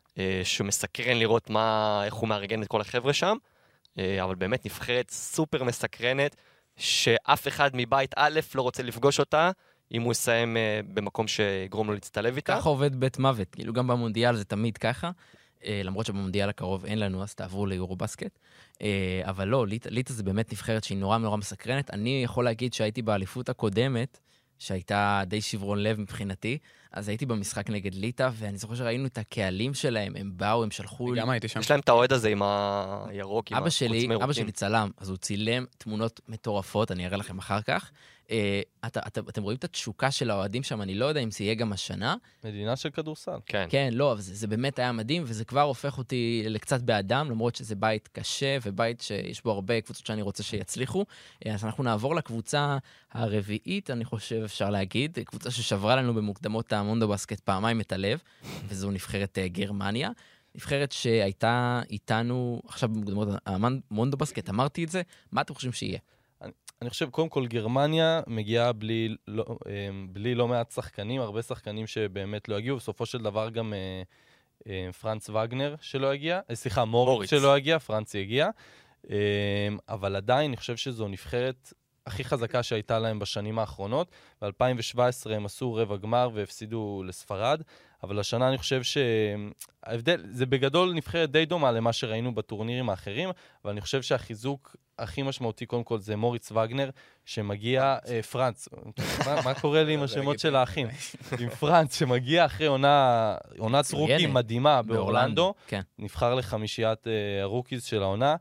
שמסקרן לראות מה, איך הוא מארגן את כל החבר'ה שם, אבל באמת נבחרת סופר מסקרנת, שאף אחד מבית א' לא רוצה לפגוש אותה, אם הוא יסיים במקום שיגרום לו להצטלב איתה. ככה עובד בית מוות, כאילו גם במונדיאל זה תמיד ככה, למרות שבמונדיאל הקרוב אין לנו, אז תעברו ליורובסקט. אבל לא, ליטא זה באמת נבחרת שהיא נורא נורא מסקרנת. אני יכול להגיד שהייתי באליפות הקודמת, שהייתה די שברון לב מבחינתי, אז הייתי במשחק נגד ליטא, ואני זוכר שראינו את הקהלים שלהם, הם באו, הם שלחו... גם הייתי שם. יש להם את האוהד הזה עם הירוק, עם אבא שלי, אבא שלי צלם, אז הוא צילם תמונות מטורפות, אני אראה לכם אחר כך. את, את, אתם רואים את התשוקה של האוהדים שם, אני לא יודע אם זה יהיה גם השנה. מדינה של כדורסל. כן. כן, לא, אבל זה, זה באמת היה מדהים, וזה כבר הופך אותי לקצת באדם, למרות שזה בית קשה, ובית שיש בו הרבה קבוצות שאני רוצה שיצליחו. אז אנחנו נעבור לקבוצה הרביעית, אני חושב אפשר להגיד, קבוצה ששברה לנו במוקדמות המונדו בסקט פעמיים את הלב, וזו נבחרת גרמניה. נבחרת שהייתה איתנו, עכשיו במוקדמות המונדו בסקט, אמרתי את זה, מה אתם חושבים שיהיה? אני חושב, קודם כל, גרמניה מגיעה בלי לא, בלי לא מעט שחקנים, הרבה שחקנים שבאמת לא הגיעו, בסופו של דבר גם אה, אה, פרנץ וגנר שלא הגיע, אה, סליחה, מוריץ שלא הגיע, פרנצי הגיע, אה, אבל עדיין אני חושב שזו נבחרת הכי חזקה שהייתה להם בשנים האחרונות. ב-אלפיים שבע עשרה הם עשו רבע גמר והפסידו לספרד, אבל השנה אני חושב שההבדל, זה בגדול נבחרת די דומה למה שראינו בטורנירים האחרים, אבל אני חושב שהחיזוק הכי משמעותי קודם כל זה מוריץ וגנר, שמגיע, פרנץ, מה קורה לי עם השמות של האחים? עם פרנץ, שמגיע אחרי עונת רוקי מדהימה באורלנדו, נבחר לחמישיית הרוקיז של העונה,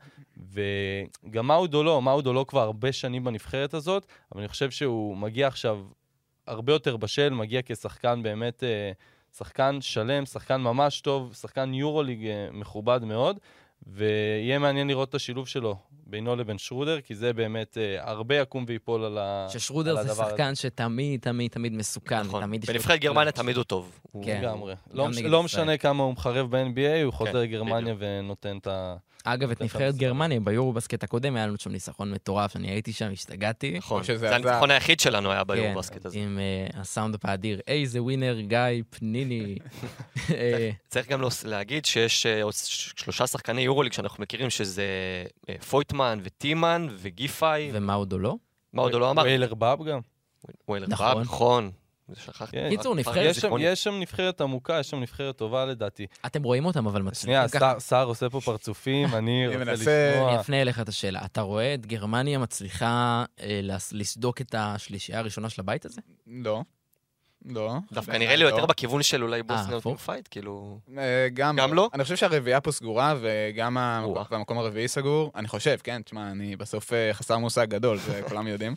וגם מאודולו, מאודולו כבר הרבה שנים בנבחרת הזאת, אבל אני חושב שהוא מגיע עכשיו הרבה יותר בשל, מגיע כשחקן באמת, שחקן שלם, שחקן ממש טוב, שחקן יורוליג מכובד מאוד, ויהיה מעניין לראות את השילוב שלו בינו לבין שרודר, כי זה באמת הרבה יקום ויפול על הדבר הזה. ששרודר זה שחקן שתמיד, תמיד, תמיד מסוכן. בנבחרת גרמניה תמיד הוא טוב. לגמרי. לא משנה כמה הוא מחרב ב-אן בי איי, הוא חוזר לגרמניה ונותן את ה... אגב, את נבחרת גרמניה, ביורובסקט הקודם היה לנו שם ניצחון מטורף, אני הייתי שם, השתגעתי. נכון, זה הניצחון היחיד שלנו היה ביורובסקט הזה. עם הסאונדאפ האדיר, איזה ווינר, גיא, פניני. צריך גם להגיד שיש שלושה שחקני יורוליג שאנחנו מכירים, שזה פויטמן וטימן וגיפאי. ומאודולו? מאודולו אמר. וויילר באב גם. וויילר באב, נכון. קיצור, נבחרת... יש שם נבחרת עמוקה, יש שם נבחרת טובה לדעתי. אתם רואים אותם, אבל מצליחים ככה. שנייה, שר עושה פה פרצופים, אני רוצה לשמוע. אני אפנה אליך את השאלה. אתה רואה את גרמניה מצליחה לסדוק את השלישייה הראשונה של הבית הזה? לא. לא. דווקא נראה לי יותר בכיוון של אולי בוסניה פייט, כאילו... גם לא. אני חושב שהרביעייה פה סגורה, וגם המקום הרביעי סגור. אני חושב, כן, תשמע, אני בסוף חסר מושג גדול, זה כולם יודעים.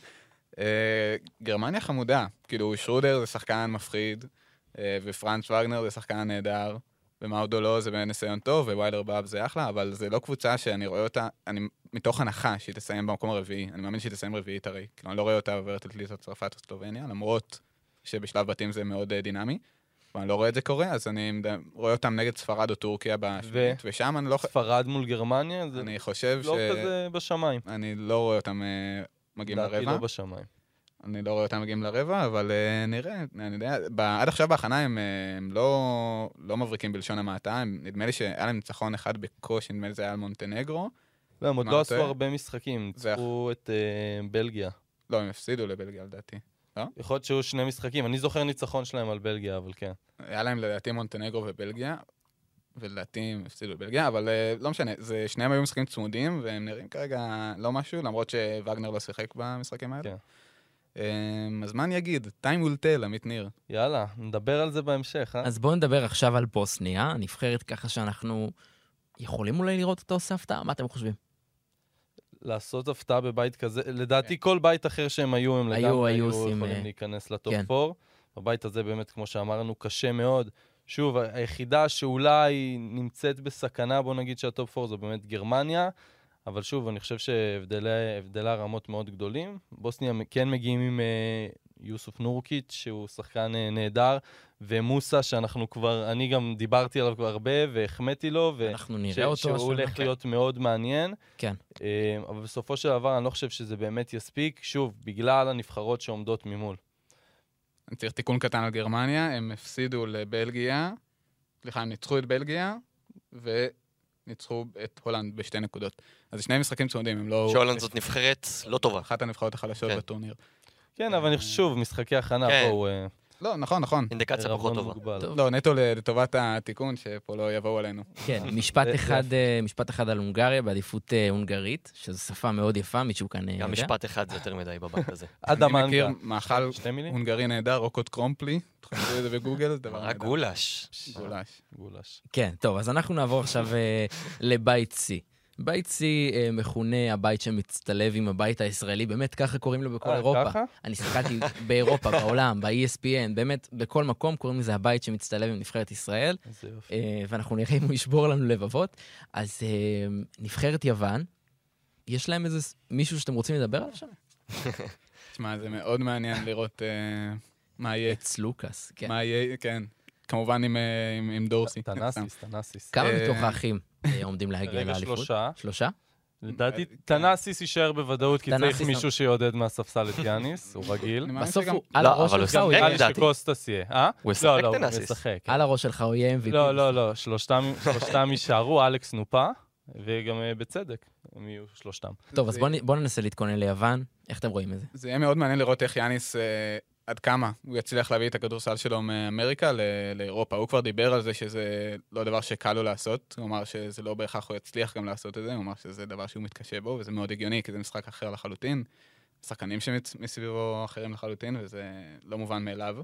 גרמניה חמודה, כאילו שרודר זה שחקן מפחיד, ופרנץ וגנר זה שחקן נהדר, ומאודולו זה בניסיון טוב, וויילר באב זה אחלה, אבל זה לא קבוצה שאני רואה אותה, אני מתוך הנחה שהיא תסיים במקום הרביעי, אני מאמין שהיא תסיים רביעית הרי, כאילו אני לא רואה אותה עוברת את ליטא, צרפת או סלובניה, למרות שבשלב בתים זה מאוד דינמי, ואני לא רואה את זה קורה, אז אני רואה אותם נגד ספרד או טורקיה בשמינית, ושם אני לא... ספרד מול גרמניה? אני חושב ש... לא כזה בשמיים. אני לא רואה אותם מגיעים לרבע. לא בשמיים. אני לא רואה אותם מגיעים לרבע, אבל uh, נראה, אני יודע, עד עכשיו בהכנה הם, הם לא, לא מבריקים בלשון המעטה, הם, נדמה לי שהיה להם ניצחון אחד בקושי, נדמה לי זה היה על מונטנגרו. לא, הם עוד לא עשו הרבה משחקים, ניצחו את uh, בלגיה. לא, הם הפסידו לבלגיה, לדעתי. לא? יכול להיות שהיו שני משחקים, אני זוכר ניצחון שלהם על בלגיה, אבל כן. היה להם לדעתי מונטנגרו ובלגיה, ולדעתי הם הפסידו לבלגיה, אבל uh, לא משנה, זה, שניהם היו משחקים צמודים, והם נראים כרגע לא משהו, למרות שווגנר לא שיחק במשחקים האלה. כן. אז מה אני אגיד? time will tell, עמית ניר. יאללה, נדבר על זה בהמשך, אה? אז בואו נדבר עכשיו על בוסניה, נבחרת ככה שאנחנו יכולים אולי לראות אותה עושה הפתעה? מה אתם חושבים? לעשות הפתעה בבית כזה, לדעתי כל בית אחר שהם היו, הם לגמרי היו יכולים להיכנס לטופ פור. בבית הזה באמת, כמו שאמרנו, קשה מאוד. שוב, היחידה שאולי נמצאת בסכנה, בוא נגיד שהטופ פור זו באמת גרמניה, אבל שוב, אני חושב שהבדלי הרמות מאוד גדולים. בוסניה כן מגיעים עם יוסוף נורקיץ', שהוא שחקן נהדר, ומוסה, שאנחנו כבר, אני גם דיברתי עליו כבר הרבה, והחמאתי לו, אנחנו נראה אותו. שהוא הולך להיות מאוד מעניין. כן. אבל בסופו של דבר, אני לא חושב שזה באמת יספיק, שוב, בגלל הנבחרות שעומדות ממול. אני צריך תיקון קטן על גרמניה, הם הפסידו לבלגיה, סליחה, הם ניצחו את בלגיה, וניצחו את הולנד בשתי נקודות. אז שני משחקים צעודים, הם לא... שהולנד זאת נבחרת לא טובה. אחת הנבחרות החלשות בטורניר. כן, אבל אני חושב, שוב, משחקי הכנה פה... לא, נכון, נכון. אינדיקציה פחות טובה. לא, נטו לטובת התיקון, שפה לא יבואו עלינו. כן, משפט אחד, משפט אחד על הונגריה, בעדיפות הונגרית, שזו שפה מאוד יפה, מישהו כאן יודע. גם משפט אחד זה יותר מדי בבית הזה. אני מכיר מאכל הונגרי נהדר, רוקות קרומפלי, תחפשו את זה בגוגל, זה דבר נהדר. גולש. גולש. גולש. כן, טוב, אז אנחנו נעבור עכשיו לבית C. בית C מכונה הבית שמצטלב עם הבית הישראלי, באמת ככה קוראים לו בכל אירופה. ככה? אני הסתכלתי באירופה, בעולם, ב-E S P N, באמת בכל מקום קוראים לזה הבית שמצטלב עם נבחרת ישראל, ואנחנו נראה אם הוא ישבור לנו לבבות. אז נבחרת יוון, יש להם איזה מישהו שאתם רוצים לדבר עליו שם? תשמע, זה מאוד מעניין לראות מה יהיה. את סלוקאס, כן. מה יהיה, כן. כמובן עם דורסי. תנאסיס, תנאסיס. כמה מתוך האחים עומדים להגיע לאליפות? רגע, שלושה. שלושה? לדעתי, תנאסיס יישאר בוודאות, כי צריך מישהו שיעודד מהספסל את יאניס, הוא רגיל. בסוף הוא על הראש שלך הוא יהיה, נראה לי שקוסטס יהיה. אה? הוא ישחק לא, הוא תנאסיס. ישחק. על הראש שלך הוא יהיה M V P. לא, לא, לא, שלושתם יישארו, אלכס נופה, וגם בצדק, הם יהיו שלושתם. טוב, אז בואו ננסה להתכונן ליוון. איך אתם רואים את זה? זה יהיה מאוד מעניין לראות איך יאניס, עד כמה הוא יצליח להביא את הכדורסל שלו מאמריקה לאירופה. הוא כבר דיבר על זה שזה לא דבר שקל לו לעשות. הוא אמר שזה לא בהכרח הוא יצליח גם לעשות את זה. הוא אמר שזה דבר שהוא מתקשה בו, וזה מאוד הגיוני, כי זה משחק אחר לחלוטין. שחקנים שמסביבו אחרים לחלוטין, וזה לא מובן מאליו.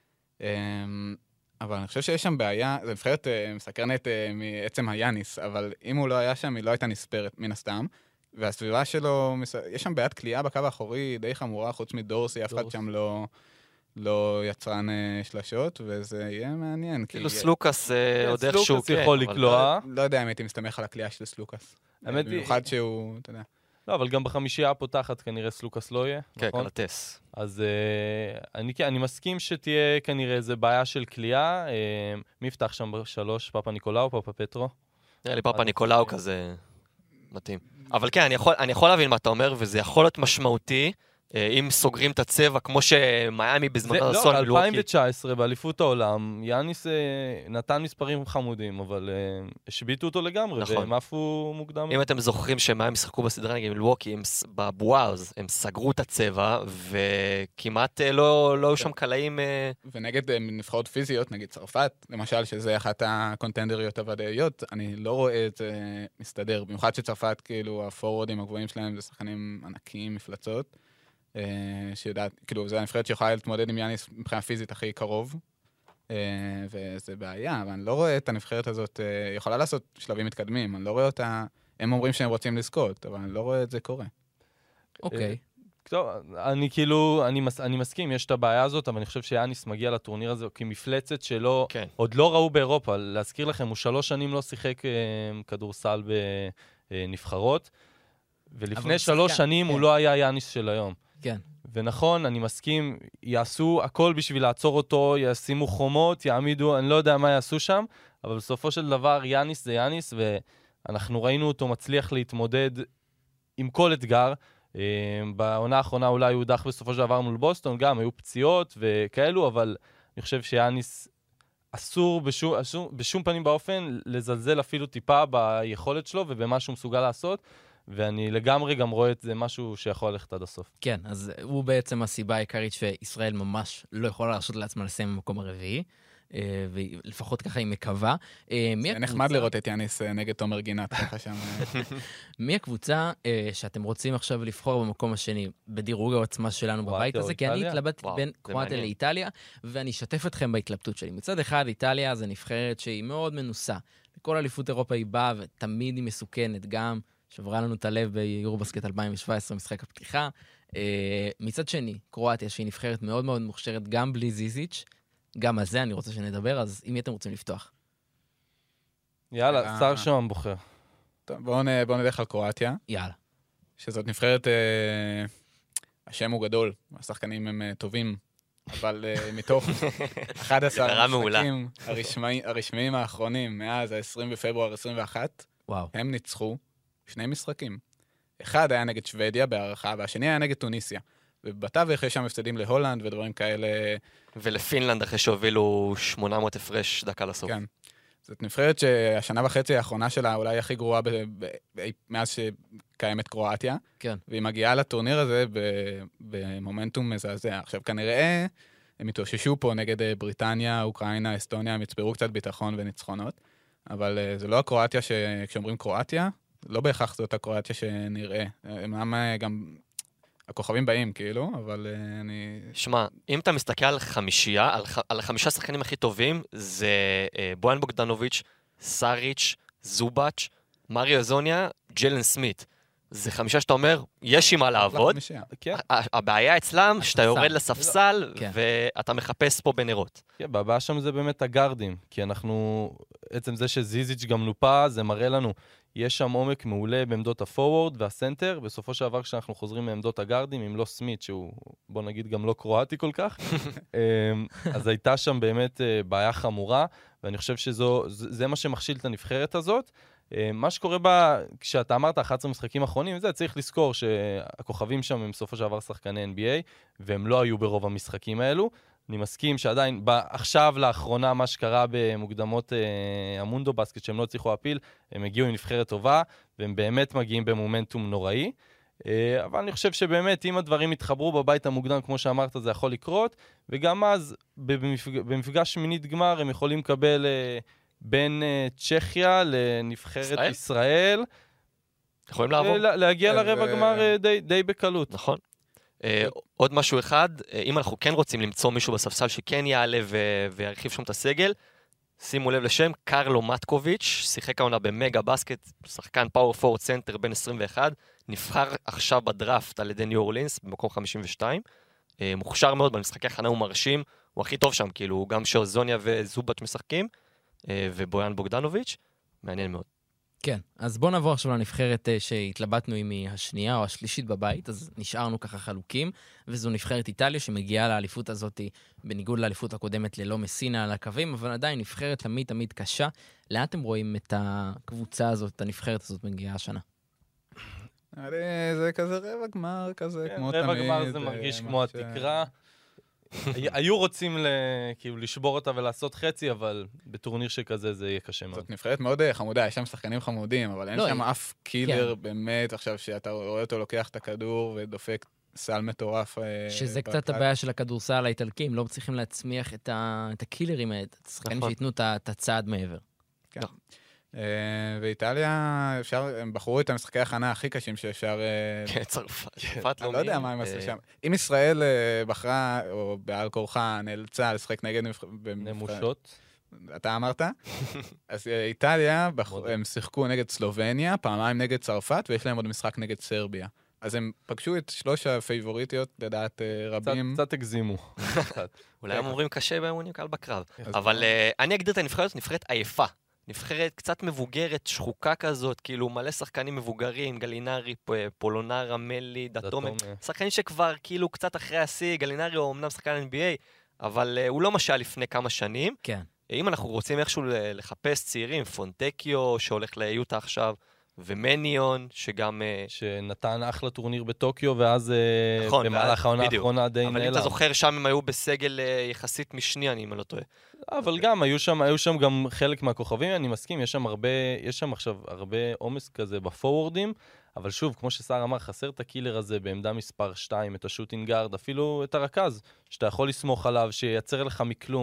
אבל אני חושב שיש שם בעיה, זה נבחרת מסקרנת מעצם היאניס, אבל אם הוא לא היה שם, היא לא הייתה נספרת מן הסתם. והסביבה שלו, יש שם בעיית קליעה בקו האחורי די חמורה, חוץ מדורסי, אף אחד שם לא, לא יצרן שלשות, וזה יהיה מעניין. כאילו סלוקאס עוד איכשהו, סלוקאס יכול לקלוע. לא יודע אם הייתי מסתמך על הקליעה של סלוקאס. במיוחד שהוא, אתה יודע. לא, אבל גם בחמישייה הפותחת כנראה סלוקאס לא יהיה. כן, קלטס. אז אני מסכים שתהיה כנראה איזו בעיה של קליעה. מי יפתח שם בשלוש? פאפה ניקולאו, פאפה פטרו? נראה לי פאפה ניקולאו כזה מתאים. אבל כן, אני יכול, אני יכול להבין מה אתה אומר, וזה יכול להיות משמעותי, אם סוגרים את הצבע, כמו שמיימי בזמן הרסון. לא, אלפיים תשע עשרה, באליפות העולם, יאניס נתן מספרים חמודים, אבל השביטו אותו לגמרי, והם עפו מוקדם. אם אתם זוכרים שמיימי שחקו בסדרה נגד מילווקי, בבווארז, הם סגרו את הצבע, וכמעט לא היו שם קלעים... ונגד נבחרות פיזיות, נגיד צרפת, למשל, שזה אחת הקונטנדריות הוודאיות, אני לא רואה את זה מסתדר, במיוחד שצרפת, כאילו, הפורורדים הגבוהים שלהם, זה שחקנים ענקיים, מפלצות. שיודעת, כאילו, זה הנבחרת שיכולה להתמודד עם יאניס מבחינה פיזית הכי קרוב, וזה בעיה, אבל אני לא רואה את הנבחרת הזאת, יכולה לעשות שלבים מתקדמים, אני לא רואה אותה, הם אומרים שהם רוצים לזכות, אבל אני לא רואה את זה קורה. אוקיי. טוב, אני כאילו, אני, מס, אני מסכים, יש את הבעיה הזאת, אבל אני חושב שיאניס מגיע לטורניר הזה כמפלצת שלא, כן. עוד לא ראו באירופה. להזכיר לכם, הוא שלוש שנים לא שיחק כדורסל בנבחרות, ולפני שלוש שנים כן. הוא לא היה יאניס של היום. כן. ונכון, אני מסכים, יעשו הכל בשביל לעצור אותו, ישימו חומות, יעמידו, אני לא יודע מה יעשו שם, אבל בסופו של דבר יאניס זה יאניס, ואנחנו ראינו אותו מצליח להתמודד עם כל אתגר. בעונה האחרונה אולי הוא הודח בסופו של דבר מול בוסטון, גם היו פציעות וכאלו, אבל אני חושב שיאניס אסור בשום, אסור, בשום פנים באופן לזלזל אפילו טיפה ביכולת שלו ובמה שהוא מסוגל לעשות, ואני לגמרי גם רואה את זה משהו שיכול ללכת עד הסוף. כן, אז הוא בעצם הסיבה העיקרית שישראל ממש לא יכולה להרשות לעצמה לסיים במקום הרביעי. ולפחות ככה היא מקווה. זה נחמד לראות את יאניס נגד תומר גינת, ככה שם. מי הקבוצה שאתם רוצים עכשיו לבחור במקום השני, בדירוג העוצמה שלנו בבית הזה? כי אני התלבטתי בין קרואטיה לאיטליה, ואני אשתף אתכם בהתלבטות שלי. מצד אחד, איטליה זה נבחרת שהיא מאוד מנוסה. בכל אליפות אירופה היא באה, ותמיד היא מסוכנת, גם שברה לנו את הלב ביורובסקט אלפיים שבע עשרה, משחק הפתיחה. מצד שני, קרואטיה שהיא נבחרת מאוד מאוד מוכשרת, גם בלי זיזיץ', גם על זה אני רוצה שנדבר, אז אם אתם רוצים לפתוח. יאללה, שר שם בוחר. טוב, בואו נלך על קרואטיה. יאללה. שזאת נבחרת, השם הוא גדול, השחקנים הם טובים, אבל מתוך אחד עשר המשחקים הרשמיים האחרונים, מאז ה-עשרים בפברואר עשרים ואחת, הם ניצחו שני משחקים. אחד היה נגד שוודיה בהערכה, והשני היה נגד טוניסיה. ובתווך יש שם הפסדים להולנד ודברים כאלה. ולפינלנד אחרי שהובילו שמונה מאות הפרש דקה לסוף. כן. זאת נבחרת שהשנה וחצי האחרונה שלה אולי הכי גרועה ב- ב- ב- מאז שקיימת קרואטיה. כן. והיא מגיעה לטורניר הזה ב- במומנטום מזעזע. עכשיו כנראה הם התאוששו פה נגד בריטניה, אוקראינה, אסטוניה, הם יצברו קצת ביטחון וניצחונות. אבל זה לא הקרואטיה שכשאומרים קרואטיה, לא בהכרח זאת הקרואטיה שנראה. אמנם גם הכוכבים באים, כאילו, אבל uh, אני... שמע, אם אתה מסתכל על חמישייה, על, ח... על החמישה שחקנים הכי טובים, זה uh, בויאן בוגדנוביץ', סאריץ', זובאץ', מריו זוניה, ג'לן סמית. זה חמישה שאתה אומר, יש עם מה לעבוד. כן. הבעיה אצלם, שאתה יורד לספסל, כן. ואתה מחפש פה בנרות. כן, הבעיה שם זה באמת הגארדים, כי אנחנו, עצם זה שזיזיץ' גם נופה, זה מראה לנו, יש שם עומק מעולה בעמדות הפורוורד והסנטר, בסופו של דבר כשאנחנו חוזרים מעמדות הגארדים, אם לא סמית, שהוא, בוא נגיד, גם לא קרואטי כל כך, אז הייתה שם באמת בעיה חמורה, ואני חושב שזה מה שמכשיל את הנבחרת הזאת. מה שקורה בה, כשאתה אמרת אחת עשרה משחקים אחרונים, זה צריך לזכור שהכוכבים שם הם בסופו של דבר שחקני אן בי איי, והם לא היו ברוב המשחקים האלו. אני מסכים שעדיין, עכשיו לאחרונה מה שקרה במוקדמות אה, המונדו בסקט, שהם לא הצליחו להפיל, הם הגיעו עם נבחרת טובה, והם באמת מגיעים במומנטום נוראי. אה, אבל אני חושב שבאמת, אם הדברים יתחברו בבית המוקדם, כמו שאמרת, זה יכול לקרות, וגם אז, במפג... במפגש שמינית גמר, הם יכולים לקבל אה, בין אה, צ'כיה לנבחרת ישראל. ישראל יכולים לעבור. אה, להגיע לרבע גמר אה, די, די בקלות. נכון. Uh, עוד משהו אחד, uh, אם אנחנו כן רוצים למצוא מישהו בספסל שכן יעלה ו- וירחיב שם את הסגל, שימו לב לשם, קרלו מטקוביץ', שיחק העונה במגה בסקט, שחקן פאוור פורוורד סנטר בין עשרים ואחת, נבחר עכשיו בדראפט על ידי ניו אורלינס במקום חמישים ושתיים, uh, מוכשר מאוד במשחקי הכנה, הוא מרשים, הוא הכי טוב שם, כאילו גם שאוזוניה וזובאץ' משחקים, uh, ובויאן בוגדנוביץ', מעניין מאוד. כן, אז בואו נעבור עכשיו לנבחרת שהתלבטנו עם השנייה או השלישית בבית, אז נשארנו ככה חלוקים, וזו נבחרת איטליה שמגיעה לאליפות הזאת, בניגוד לאליפות הקודמת ללא מסינה על הקווים, אבל עדיין נבחרת תמיד תמיד קשה. לאן אתם רואים את הקבוצה הזאת, את הנבחרת הזאת מגיעה השנה? זה כזה רבע גמר כזה, כמו תמיד. רבע גמר זה מרגיש כמו התקרה. היו רוצים כאילו לשבור אותה ולעשות חצי, אבל בטורניר שכזה זה יהיה קשה מאוד. זאת נבחרת מאוד חמודה, יש שם שחקנים חמודים, אבל אין שם אף קילר באמת, עכשיו שאתה רואה אותו לוקח את הכדור ודופק סל מטורף. שזה קצת הבעיה של הכדורסל האיטלקים, לא צריכים להצמיח את הקילרים, את השחקנים שייתנו את הצעד מעבר. כן. ואיטליה, אפשר, הם בחרו את המשחקי ההכנה הכי קשים שאפשר... כן, צרפת לא מי. לא יודע מה הם עשו שם. אם ישראל בחרה, או בעל כורחה, נאלצה לשחק נגד... נמושות. אתה אמרת? אז איטליה, הם שיחקו נגד סלובניה, פעמיים נגד צרפת, ויש להם עוד משחק נגד סרביה. אז הם פגשו את שלוש הפייבוריטיות, לדעת רבים. קצת הגזימו. אולי הם אומרים קשה באמונים קל בקרב. אבל אני אגדיר את הנבחרת, נבחרת עייפה. נבחרת קצת מבוגרת, שחוקה כזאת, כאילו מלא שחקנים מבוגרים, גלינרי, פולונרה, מלי, דתומה, שחקנים שכבר כאילו קצת אחרי השיא, גלינרי הוא אמנם שחקן אן בי איי, אבל uh, הוא לא משל לפני כמה שנים. כן. אם אנחנו רוצים איכשהו לחפש צעירים, פונטקיו שהולך ליוטה עכשיו, ומניון, שגם... שנתן אחלה טורניר בטוקיו, ואז נכון, במהלך העונה האחרונה די נעלם. אבל אם אתה זוכר, שם הם היו בסגל יחסית משני, אני לא טועה. אבל גם, היו שם, היו שם גם חלק מהכוכבים, אני מסכים, יש שם הרבה, יש שם עכשיו הרבה עומס כזה בפורורדים, אבל שוב, כמו שסער אמר, חסר את הקילר הזה בעמדה מספר שתיים, את השוטינג גארד, אפילו את הרכז, שאתה יכול לסמוך עליו, שייצר לך מכלום.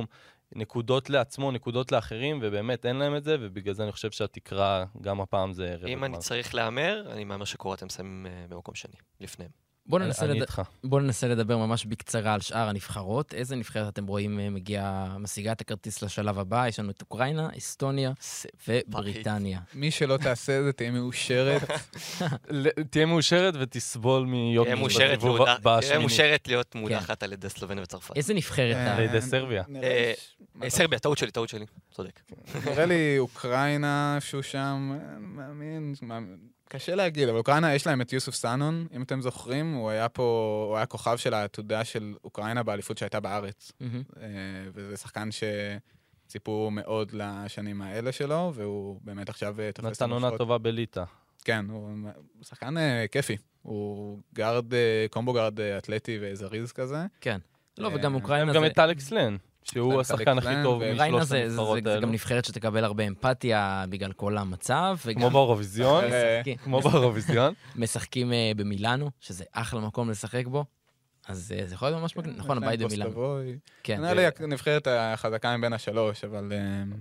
נקודות לעצמו, נקודות לאחרים, ובאמת אין להם את זה, ובגלל זה אני חושב שהתקרה, גם הפעם זה רבע גמר. אם אני צריך להמר, אני מאמר שקרואטיה מסיימים במקום שני, לפניהם. בואו ננסה, לד... בוא ננסה לדבר ממש בקצרה על שאר הנבחרות. איזה נבחרת אתם רואים מגיעה, משיגה את הכרטיס לשלב הבא? יש לנו את אוקראינה, אסטוניה ובריטניה. מי שלא תעשה זה תהיה מאושרת. תהיה מאושרת ותסבול מיוקי בסיבוב בשמיני. תהיה מאושרת להיות מודחת על ידי סלובניה וצרפת. איזה נבחרת? על ידי סרביה. סרביה, טעות שלי, טעות שלי. צודק. נראה לי אוקראינה, איפשהו שם, מאמין, קשה להגיד, אבל אוקראינה, יש להם את יוסוף סאנון, אם אתם זוכרים, הוא היה פה, הוא היה כוכב של העתודה של אוקראינה באליפות שהייתה בארץ. וזה שחקן שציפו מאוד לשנים האלה שלו, והוא באמת עכשיו תופס... נתן עונה טובה בליטה. כן, הוא שחקן כיפי. הוא גארד, קומבו גארד אתלטי וזריז כזה. כן. לא, וגם אוקראינה זה... גם את אלכס לן. שהוא השחקן הכי טוב משלושת הנבחרות האלו. זה גם נבחרת שתקבל הרבה אמפתיה בגלל כל המצב. כמו באירוויזיון. כמו באירוויזיון. משחקים במילאנו, שזה אחלה מקום לשחק בו. אז זה יכול להיות ממש מגניב. נכון, הבית במילאנו. נראה לי הנבחרת החזקה מבין השלוש, אבל...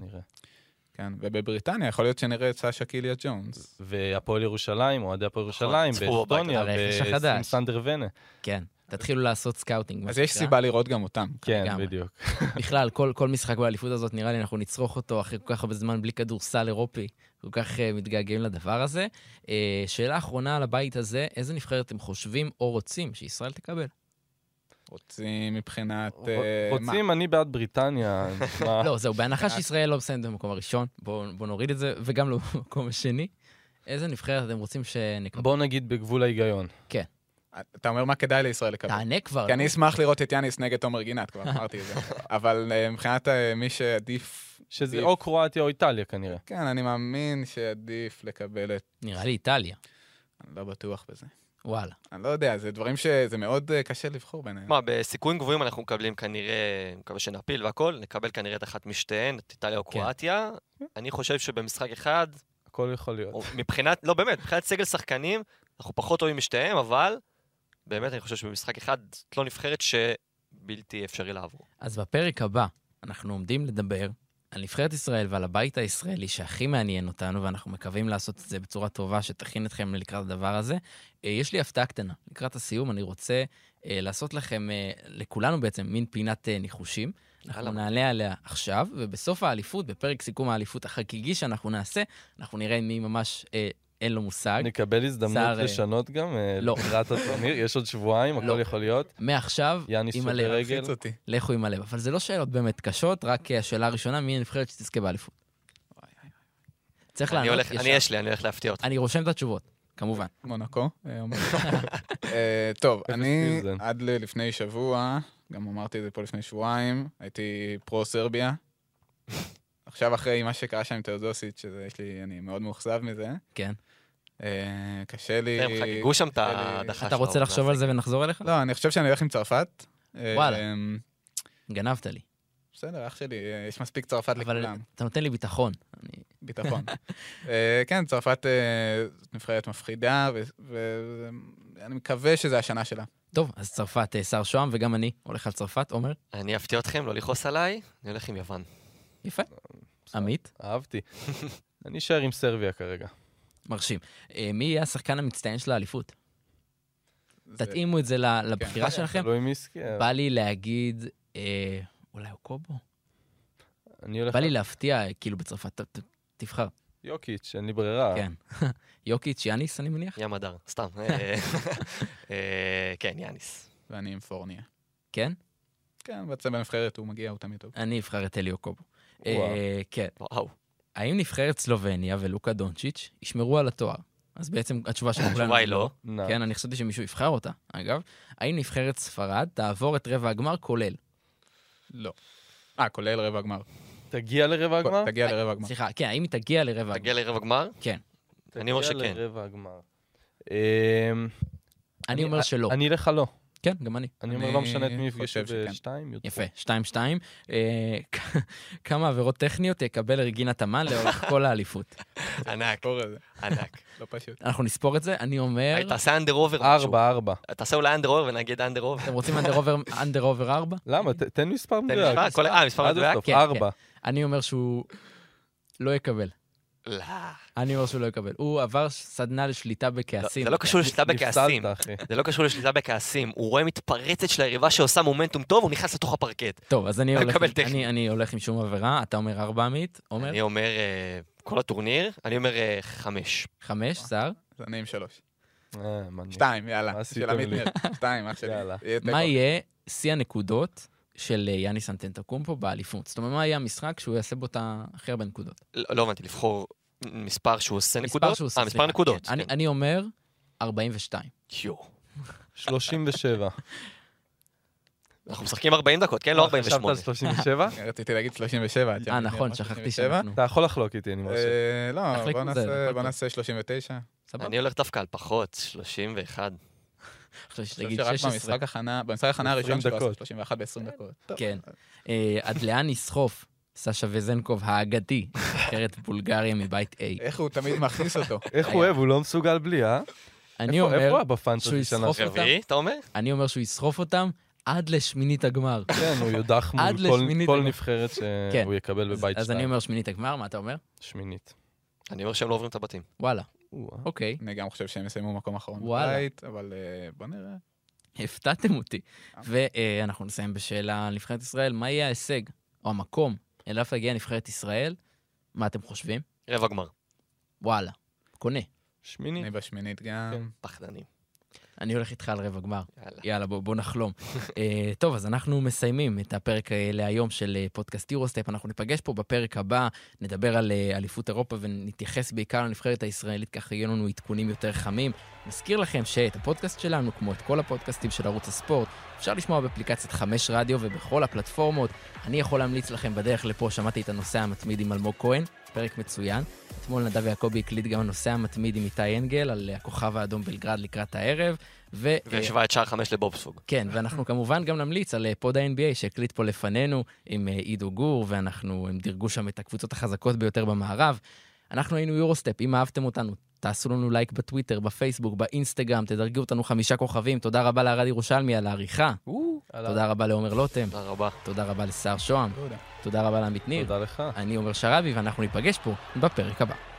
כן, ובבריטניה יכול להיות שנראה את סאשה קיליה ג'ונס. והפועל ירושלים, או עדי הפועל ירושלים, באסטוניה, עם סנדר ונה. כן. תתחילו לעשות סקאוטינג. אז יש סיבה לראות גם אותם. כן, בדיוק. בכלל, כל משחק באליפות הזאת, נראה לי, אנחנו נצרוך אותו אחרי כל כך הרבה זמן בלי כדורסל אירופי. כל כך מתגעגעים לדבר הזה. שאלה אחרונה על הבית הזה, איזה נבחרת אתם חושבים או רוצים שישראל תקבל? רוצים מבחינת... רוצים, אני בעד בריטניה. לא, זהו, בהנחה שישראל לא מסיים במקום הראשון, בואו נוריד את זה, וגם לא במקום השני. איזה נבחרת אתם רוצים שנקבל? בואו נגיד בגבול ההיגיון. כן. אתה אומר מה כדאי לישראל לקבל. תענה כבר. כי אני אשמח לראות את יאניס נגד תומר גינת, כבר אמרתי את זה. אבל מבחינת מי שעדיף... שזה או קרואטיה או איטליה כנראה. כן, אני מאמין שעדיף לקבל את... נראה לי איטליה. אני לא בטוח בזה. וואלה. אני לא יודע, זה דברים שזה מאוד קשה לבחור ביניהם. מה, בסיכויים גבוהים אנחנו מקבלים כנראה, מקווה שנפיל והכל, נקבל כנראה את אחת משתיהן, את איטליה או קרואטיה. אני חושב שבמשחק אחד... הכל יכול להיות. מבחינת, לא באמת, מבחינת סגל שחקנים, אנחנו פחות אוהבים משתיהם, אבל באמת אני חושב שבמשחק אחד לא נבחרת שבלתי אפשרי לעבור. אז בפרק הבא אנחנו עומדים לדבר על נבחרת ישראל ועל הבית הישראלי שהכי מעניין אותנו, ואנחנו מקווים לעשות את זה בצורה טובה שתכין אתכם לקראת הדבר הזה. יש לי הפתעה קטנה. לקראת הסיום אני רוצה לעשות לכם, לכולנו בעצם, מין פינת ניחושים. אנחנו נעלה עליה עכשיו, ובסוף האליפות, בפרק סיכום האליפות החגיגי שאנחנו נעשה, אנחנו נראה מי ממש... אין לו מושג. נקבל הזדמנות לשנות גם לקראת הטורניר, יש עוד שבועיים, הכל יכול להיות. מעכשיו, עם הלב. לכו עם הלב. אבל זה לא שאלות באמת קשות, רק השאלה הראשונה, מי הנבחרת שתזכה באליפות? צריך לענות ישר. אני יש לי, אני הולך להפתיע אותך. אני רושם את התשובות, כמובן. מונקו. טוב, אני עד לפני שבוע, גם אמרתי את זה פה לפני שבועיים, הייתי פרו-סרביה. עכשיו אחרי מה שקרה שם עם תאודוסיץ', שיש לי, אני מאוד מאוכזב מזה. כן. קשה לי... הם חגיגו שם את הדחה. אתה רוצה לחשוב על זה ונחזור אליך? לא, אני חושב שאני הולך עם צרפת. וואלה. גנבת לי. בסדר, אח שלי, יש מספיק צרפת לכולם. אבל אתה נותן לי ביטחון. ביטחון. כן, צרפת נבחרת מפחידה, ואני מקווה שזה השנה שלה. טוב, אז צרפת, שר שוהם, וגם אני הולך על צרפת, עומר. אני אפתיע אתכם, לא לכעוס עליי, אני הולך עם יוון. יפה. עמית? אהבתי. אני אשאר עם סרביה כרגע. מרשים. מי יהיה השחקן המצטיין של האליפות? תתאימו את זה לבחירה שלכם. בא לי להגיד, אולי אוקובו? בא לי להפתיע, כאילו בצרפת, תבחר. יוקיץ', אין לי ברירה. כן. יוקיץ', יאניס, אני מניח? ים הדר, סתם. כן, יאניס. ואני עם פורניה. כן? כן, בעצם בנבחרת הוא מגיע, הוא תמיד טוב. אני אבחר את אלי אוקובו. כן. וואו. האם נבחרת סלובניה ולוקה דונצ'יץ' ישמרו על התואר? אז בעצם התשובה של כולנו היא לא. כן, אני חשבתי שמישהו יבחר אותה, אגב. האם נבחרת ספרד תעבור את רבע הגמר כולל? לא. אה, כולל רבע הגמר. תגיע לרבע הגמר? תגיע לרבע הגמר. סליחה, כן, האם היא תגיע לרבע הגמר? תגיע לרבע הגמר? כן. אני אומר שכן. תגיע לרבע הגמר. אני אומר שלא. אני אלך לא. כן, גם אני. אני אומר, לא משנה את מי יפגשו בשתיים. יפה, שתיים שתיים. כמה עבירות טכניות יקבל רגינה תמן לאורך כל האליפות? ענק, ענק. לא פשוט. אנחנו נספור את זה, אני אומר... תעשה אנדר אובר. ארבע, ארבע. תעשה אולי אנדר אובר ונגיד אנדר אובר. אתם רוצים אנדר אובר ארבע? למה? תן מספר מדויק. אה, מספר מדויק? ארבע. אני אומר שהוא לא יקבל. לא. אני אומר שהוא לא יקבל. הוא עבר סדנה לשליטה בכעסים. זה לא קשור לשליטה בכעסים. זה לא קשור לשליטה בכעסים. הוא רואה מתפרצת של היריבה שעושה מומנטום טוב, הוא נכנס לתוך הפרקט. טוב, אז אני הולך עם שום עבירה. אתה אומר ארבע עמית, עומר? אני אומר כל הטורניר, אני אומר חמש. חמש, שר? אני עם שלוש. אה, שתיים, יאללה. של עמית ניר. שתיים, אח שלי. מה יהיה שיא הנקודות של יאניס אנטטוקומפו באליפות? זאת אומרת, מה יהיה המשחק שהוא יעשה בו את הכי הרבה נקודות? לא הבנתי, לבחור מספר שהוא עושה נקודות? אה, מספר נקודות. אני אומר ארבעים ושתיים. יו. שלושים ושבע. אנחנו משחקים ארבעים דקות, כן? לא ארבעים ושמונה. חשבת על שלושים ושבע? רציתי להגיד שלושים ושבע. אה, נכון, שכחתי שאנחנו... אתה יכול לחלוק איתי, אני מרשה. לא, בוא נעשה שלושים ותשע. אני הולך דווקא על פחות, שלושים ואחת. עכשיו שש עשרה. במשחק הכנה, במשחק הכנה הראשון שלו עשה שלושים ואחת ב-עשרים דקות. כן. עד לאן נסחוף סשה וזנקוב האגדי, נבחרת בולגריה מבית A. איך הוא תמיד מכניס אותו. איך הוא אוהב, הוא לא מסוגל בלי, אה? אני אומר שהוא יסחוף אותם. רביעי, אתה אומר? אני אומר שהוא יסחוף אותם עד לשמינית הגמר. כן, הוא יודח מול כל נבחרת שהוא יקבל בבית שתיים. אז אני אומר שמינית הגמר, מה אתה אומר? שמינית. אני אומר שהם לא עוברים את הבתים. וואלה. אוקיי. אני גם חושב שהם יסיימו מקום אחרון בבית, אבל בוא נראה. הפתעתם אותי. ואנחנו נסיים בשאלה על נבחרת ישראל. מה יהיה ההישג, או המקום, אליו תגיע נבחרת ישראל? מה אתם חושבים? רבע גמר. וואלה. קונה. שמינית. אני בשמינית גם. פחדנים. אני הולך איתך על רבע גמר. יאללה, בוא, בוא נחלום. uh, טוב, אז אנחנו מסיימים את הפרק להיום של uh, פודקאסט יורוסטפ. אנחנו ניפגש פה בפרק הבא, נדבר על uh, אליפות אירופה ונתייחס בעיקר לנבחרת הישראלית, ככה יהיו לנו עדכונים יותר חמים. נזכיר לכם שאת הפודקאסט שלנו, כמו את כל הפודקאסטים של ערוץ הספורט, אפשר לשמוע באפליקציית חמש רדיו ובכל הפלטפורמות. אני יכול להמליץ לכם בדרך לפה, שמעתי את הנושא המתמיד עם אלמוג כהן, פרק מצוין. אתמול נדב יעקבי הקליט גם הנושא המתמיד עם איתי אנגל על הכוכב האדום בלגרד לקראת הערב. ו... והשווה את שער חמש לבובספוג. כן, ואנחנו כמובן גם נמליץ על פוד ה-אן בי איי שהקליט פה לפנינו עם עידו גור, ואנחנו, הם דירגו שם את הקבוצות החזקות ביותר במערב. אנחנו היינו יורוסטפ, אם אהבתם אותנו, תעשו לנו לייק בטוויטר, בפייסבוק, באינסטגרם, תדרגו אותנו חמישה כוכבים. תודה רבה לארד ירושלמי על העריכה. תודה רבה לעומר לוטם. תודה רבה. תודה רבה לשר שוהם. תודה רבה לעמית ניר. תודה לך. אני עומר שרבי, ואנחנו ניפגש פה בפרק הבא.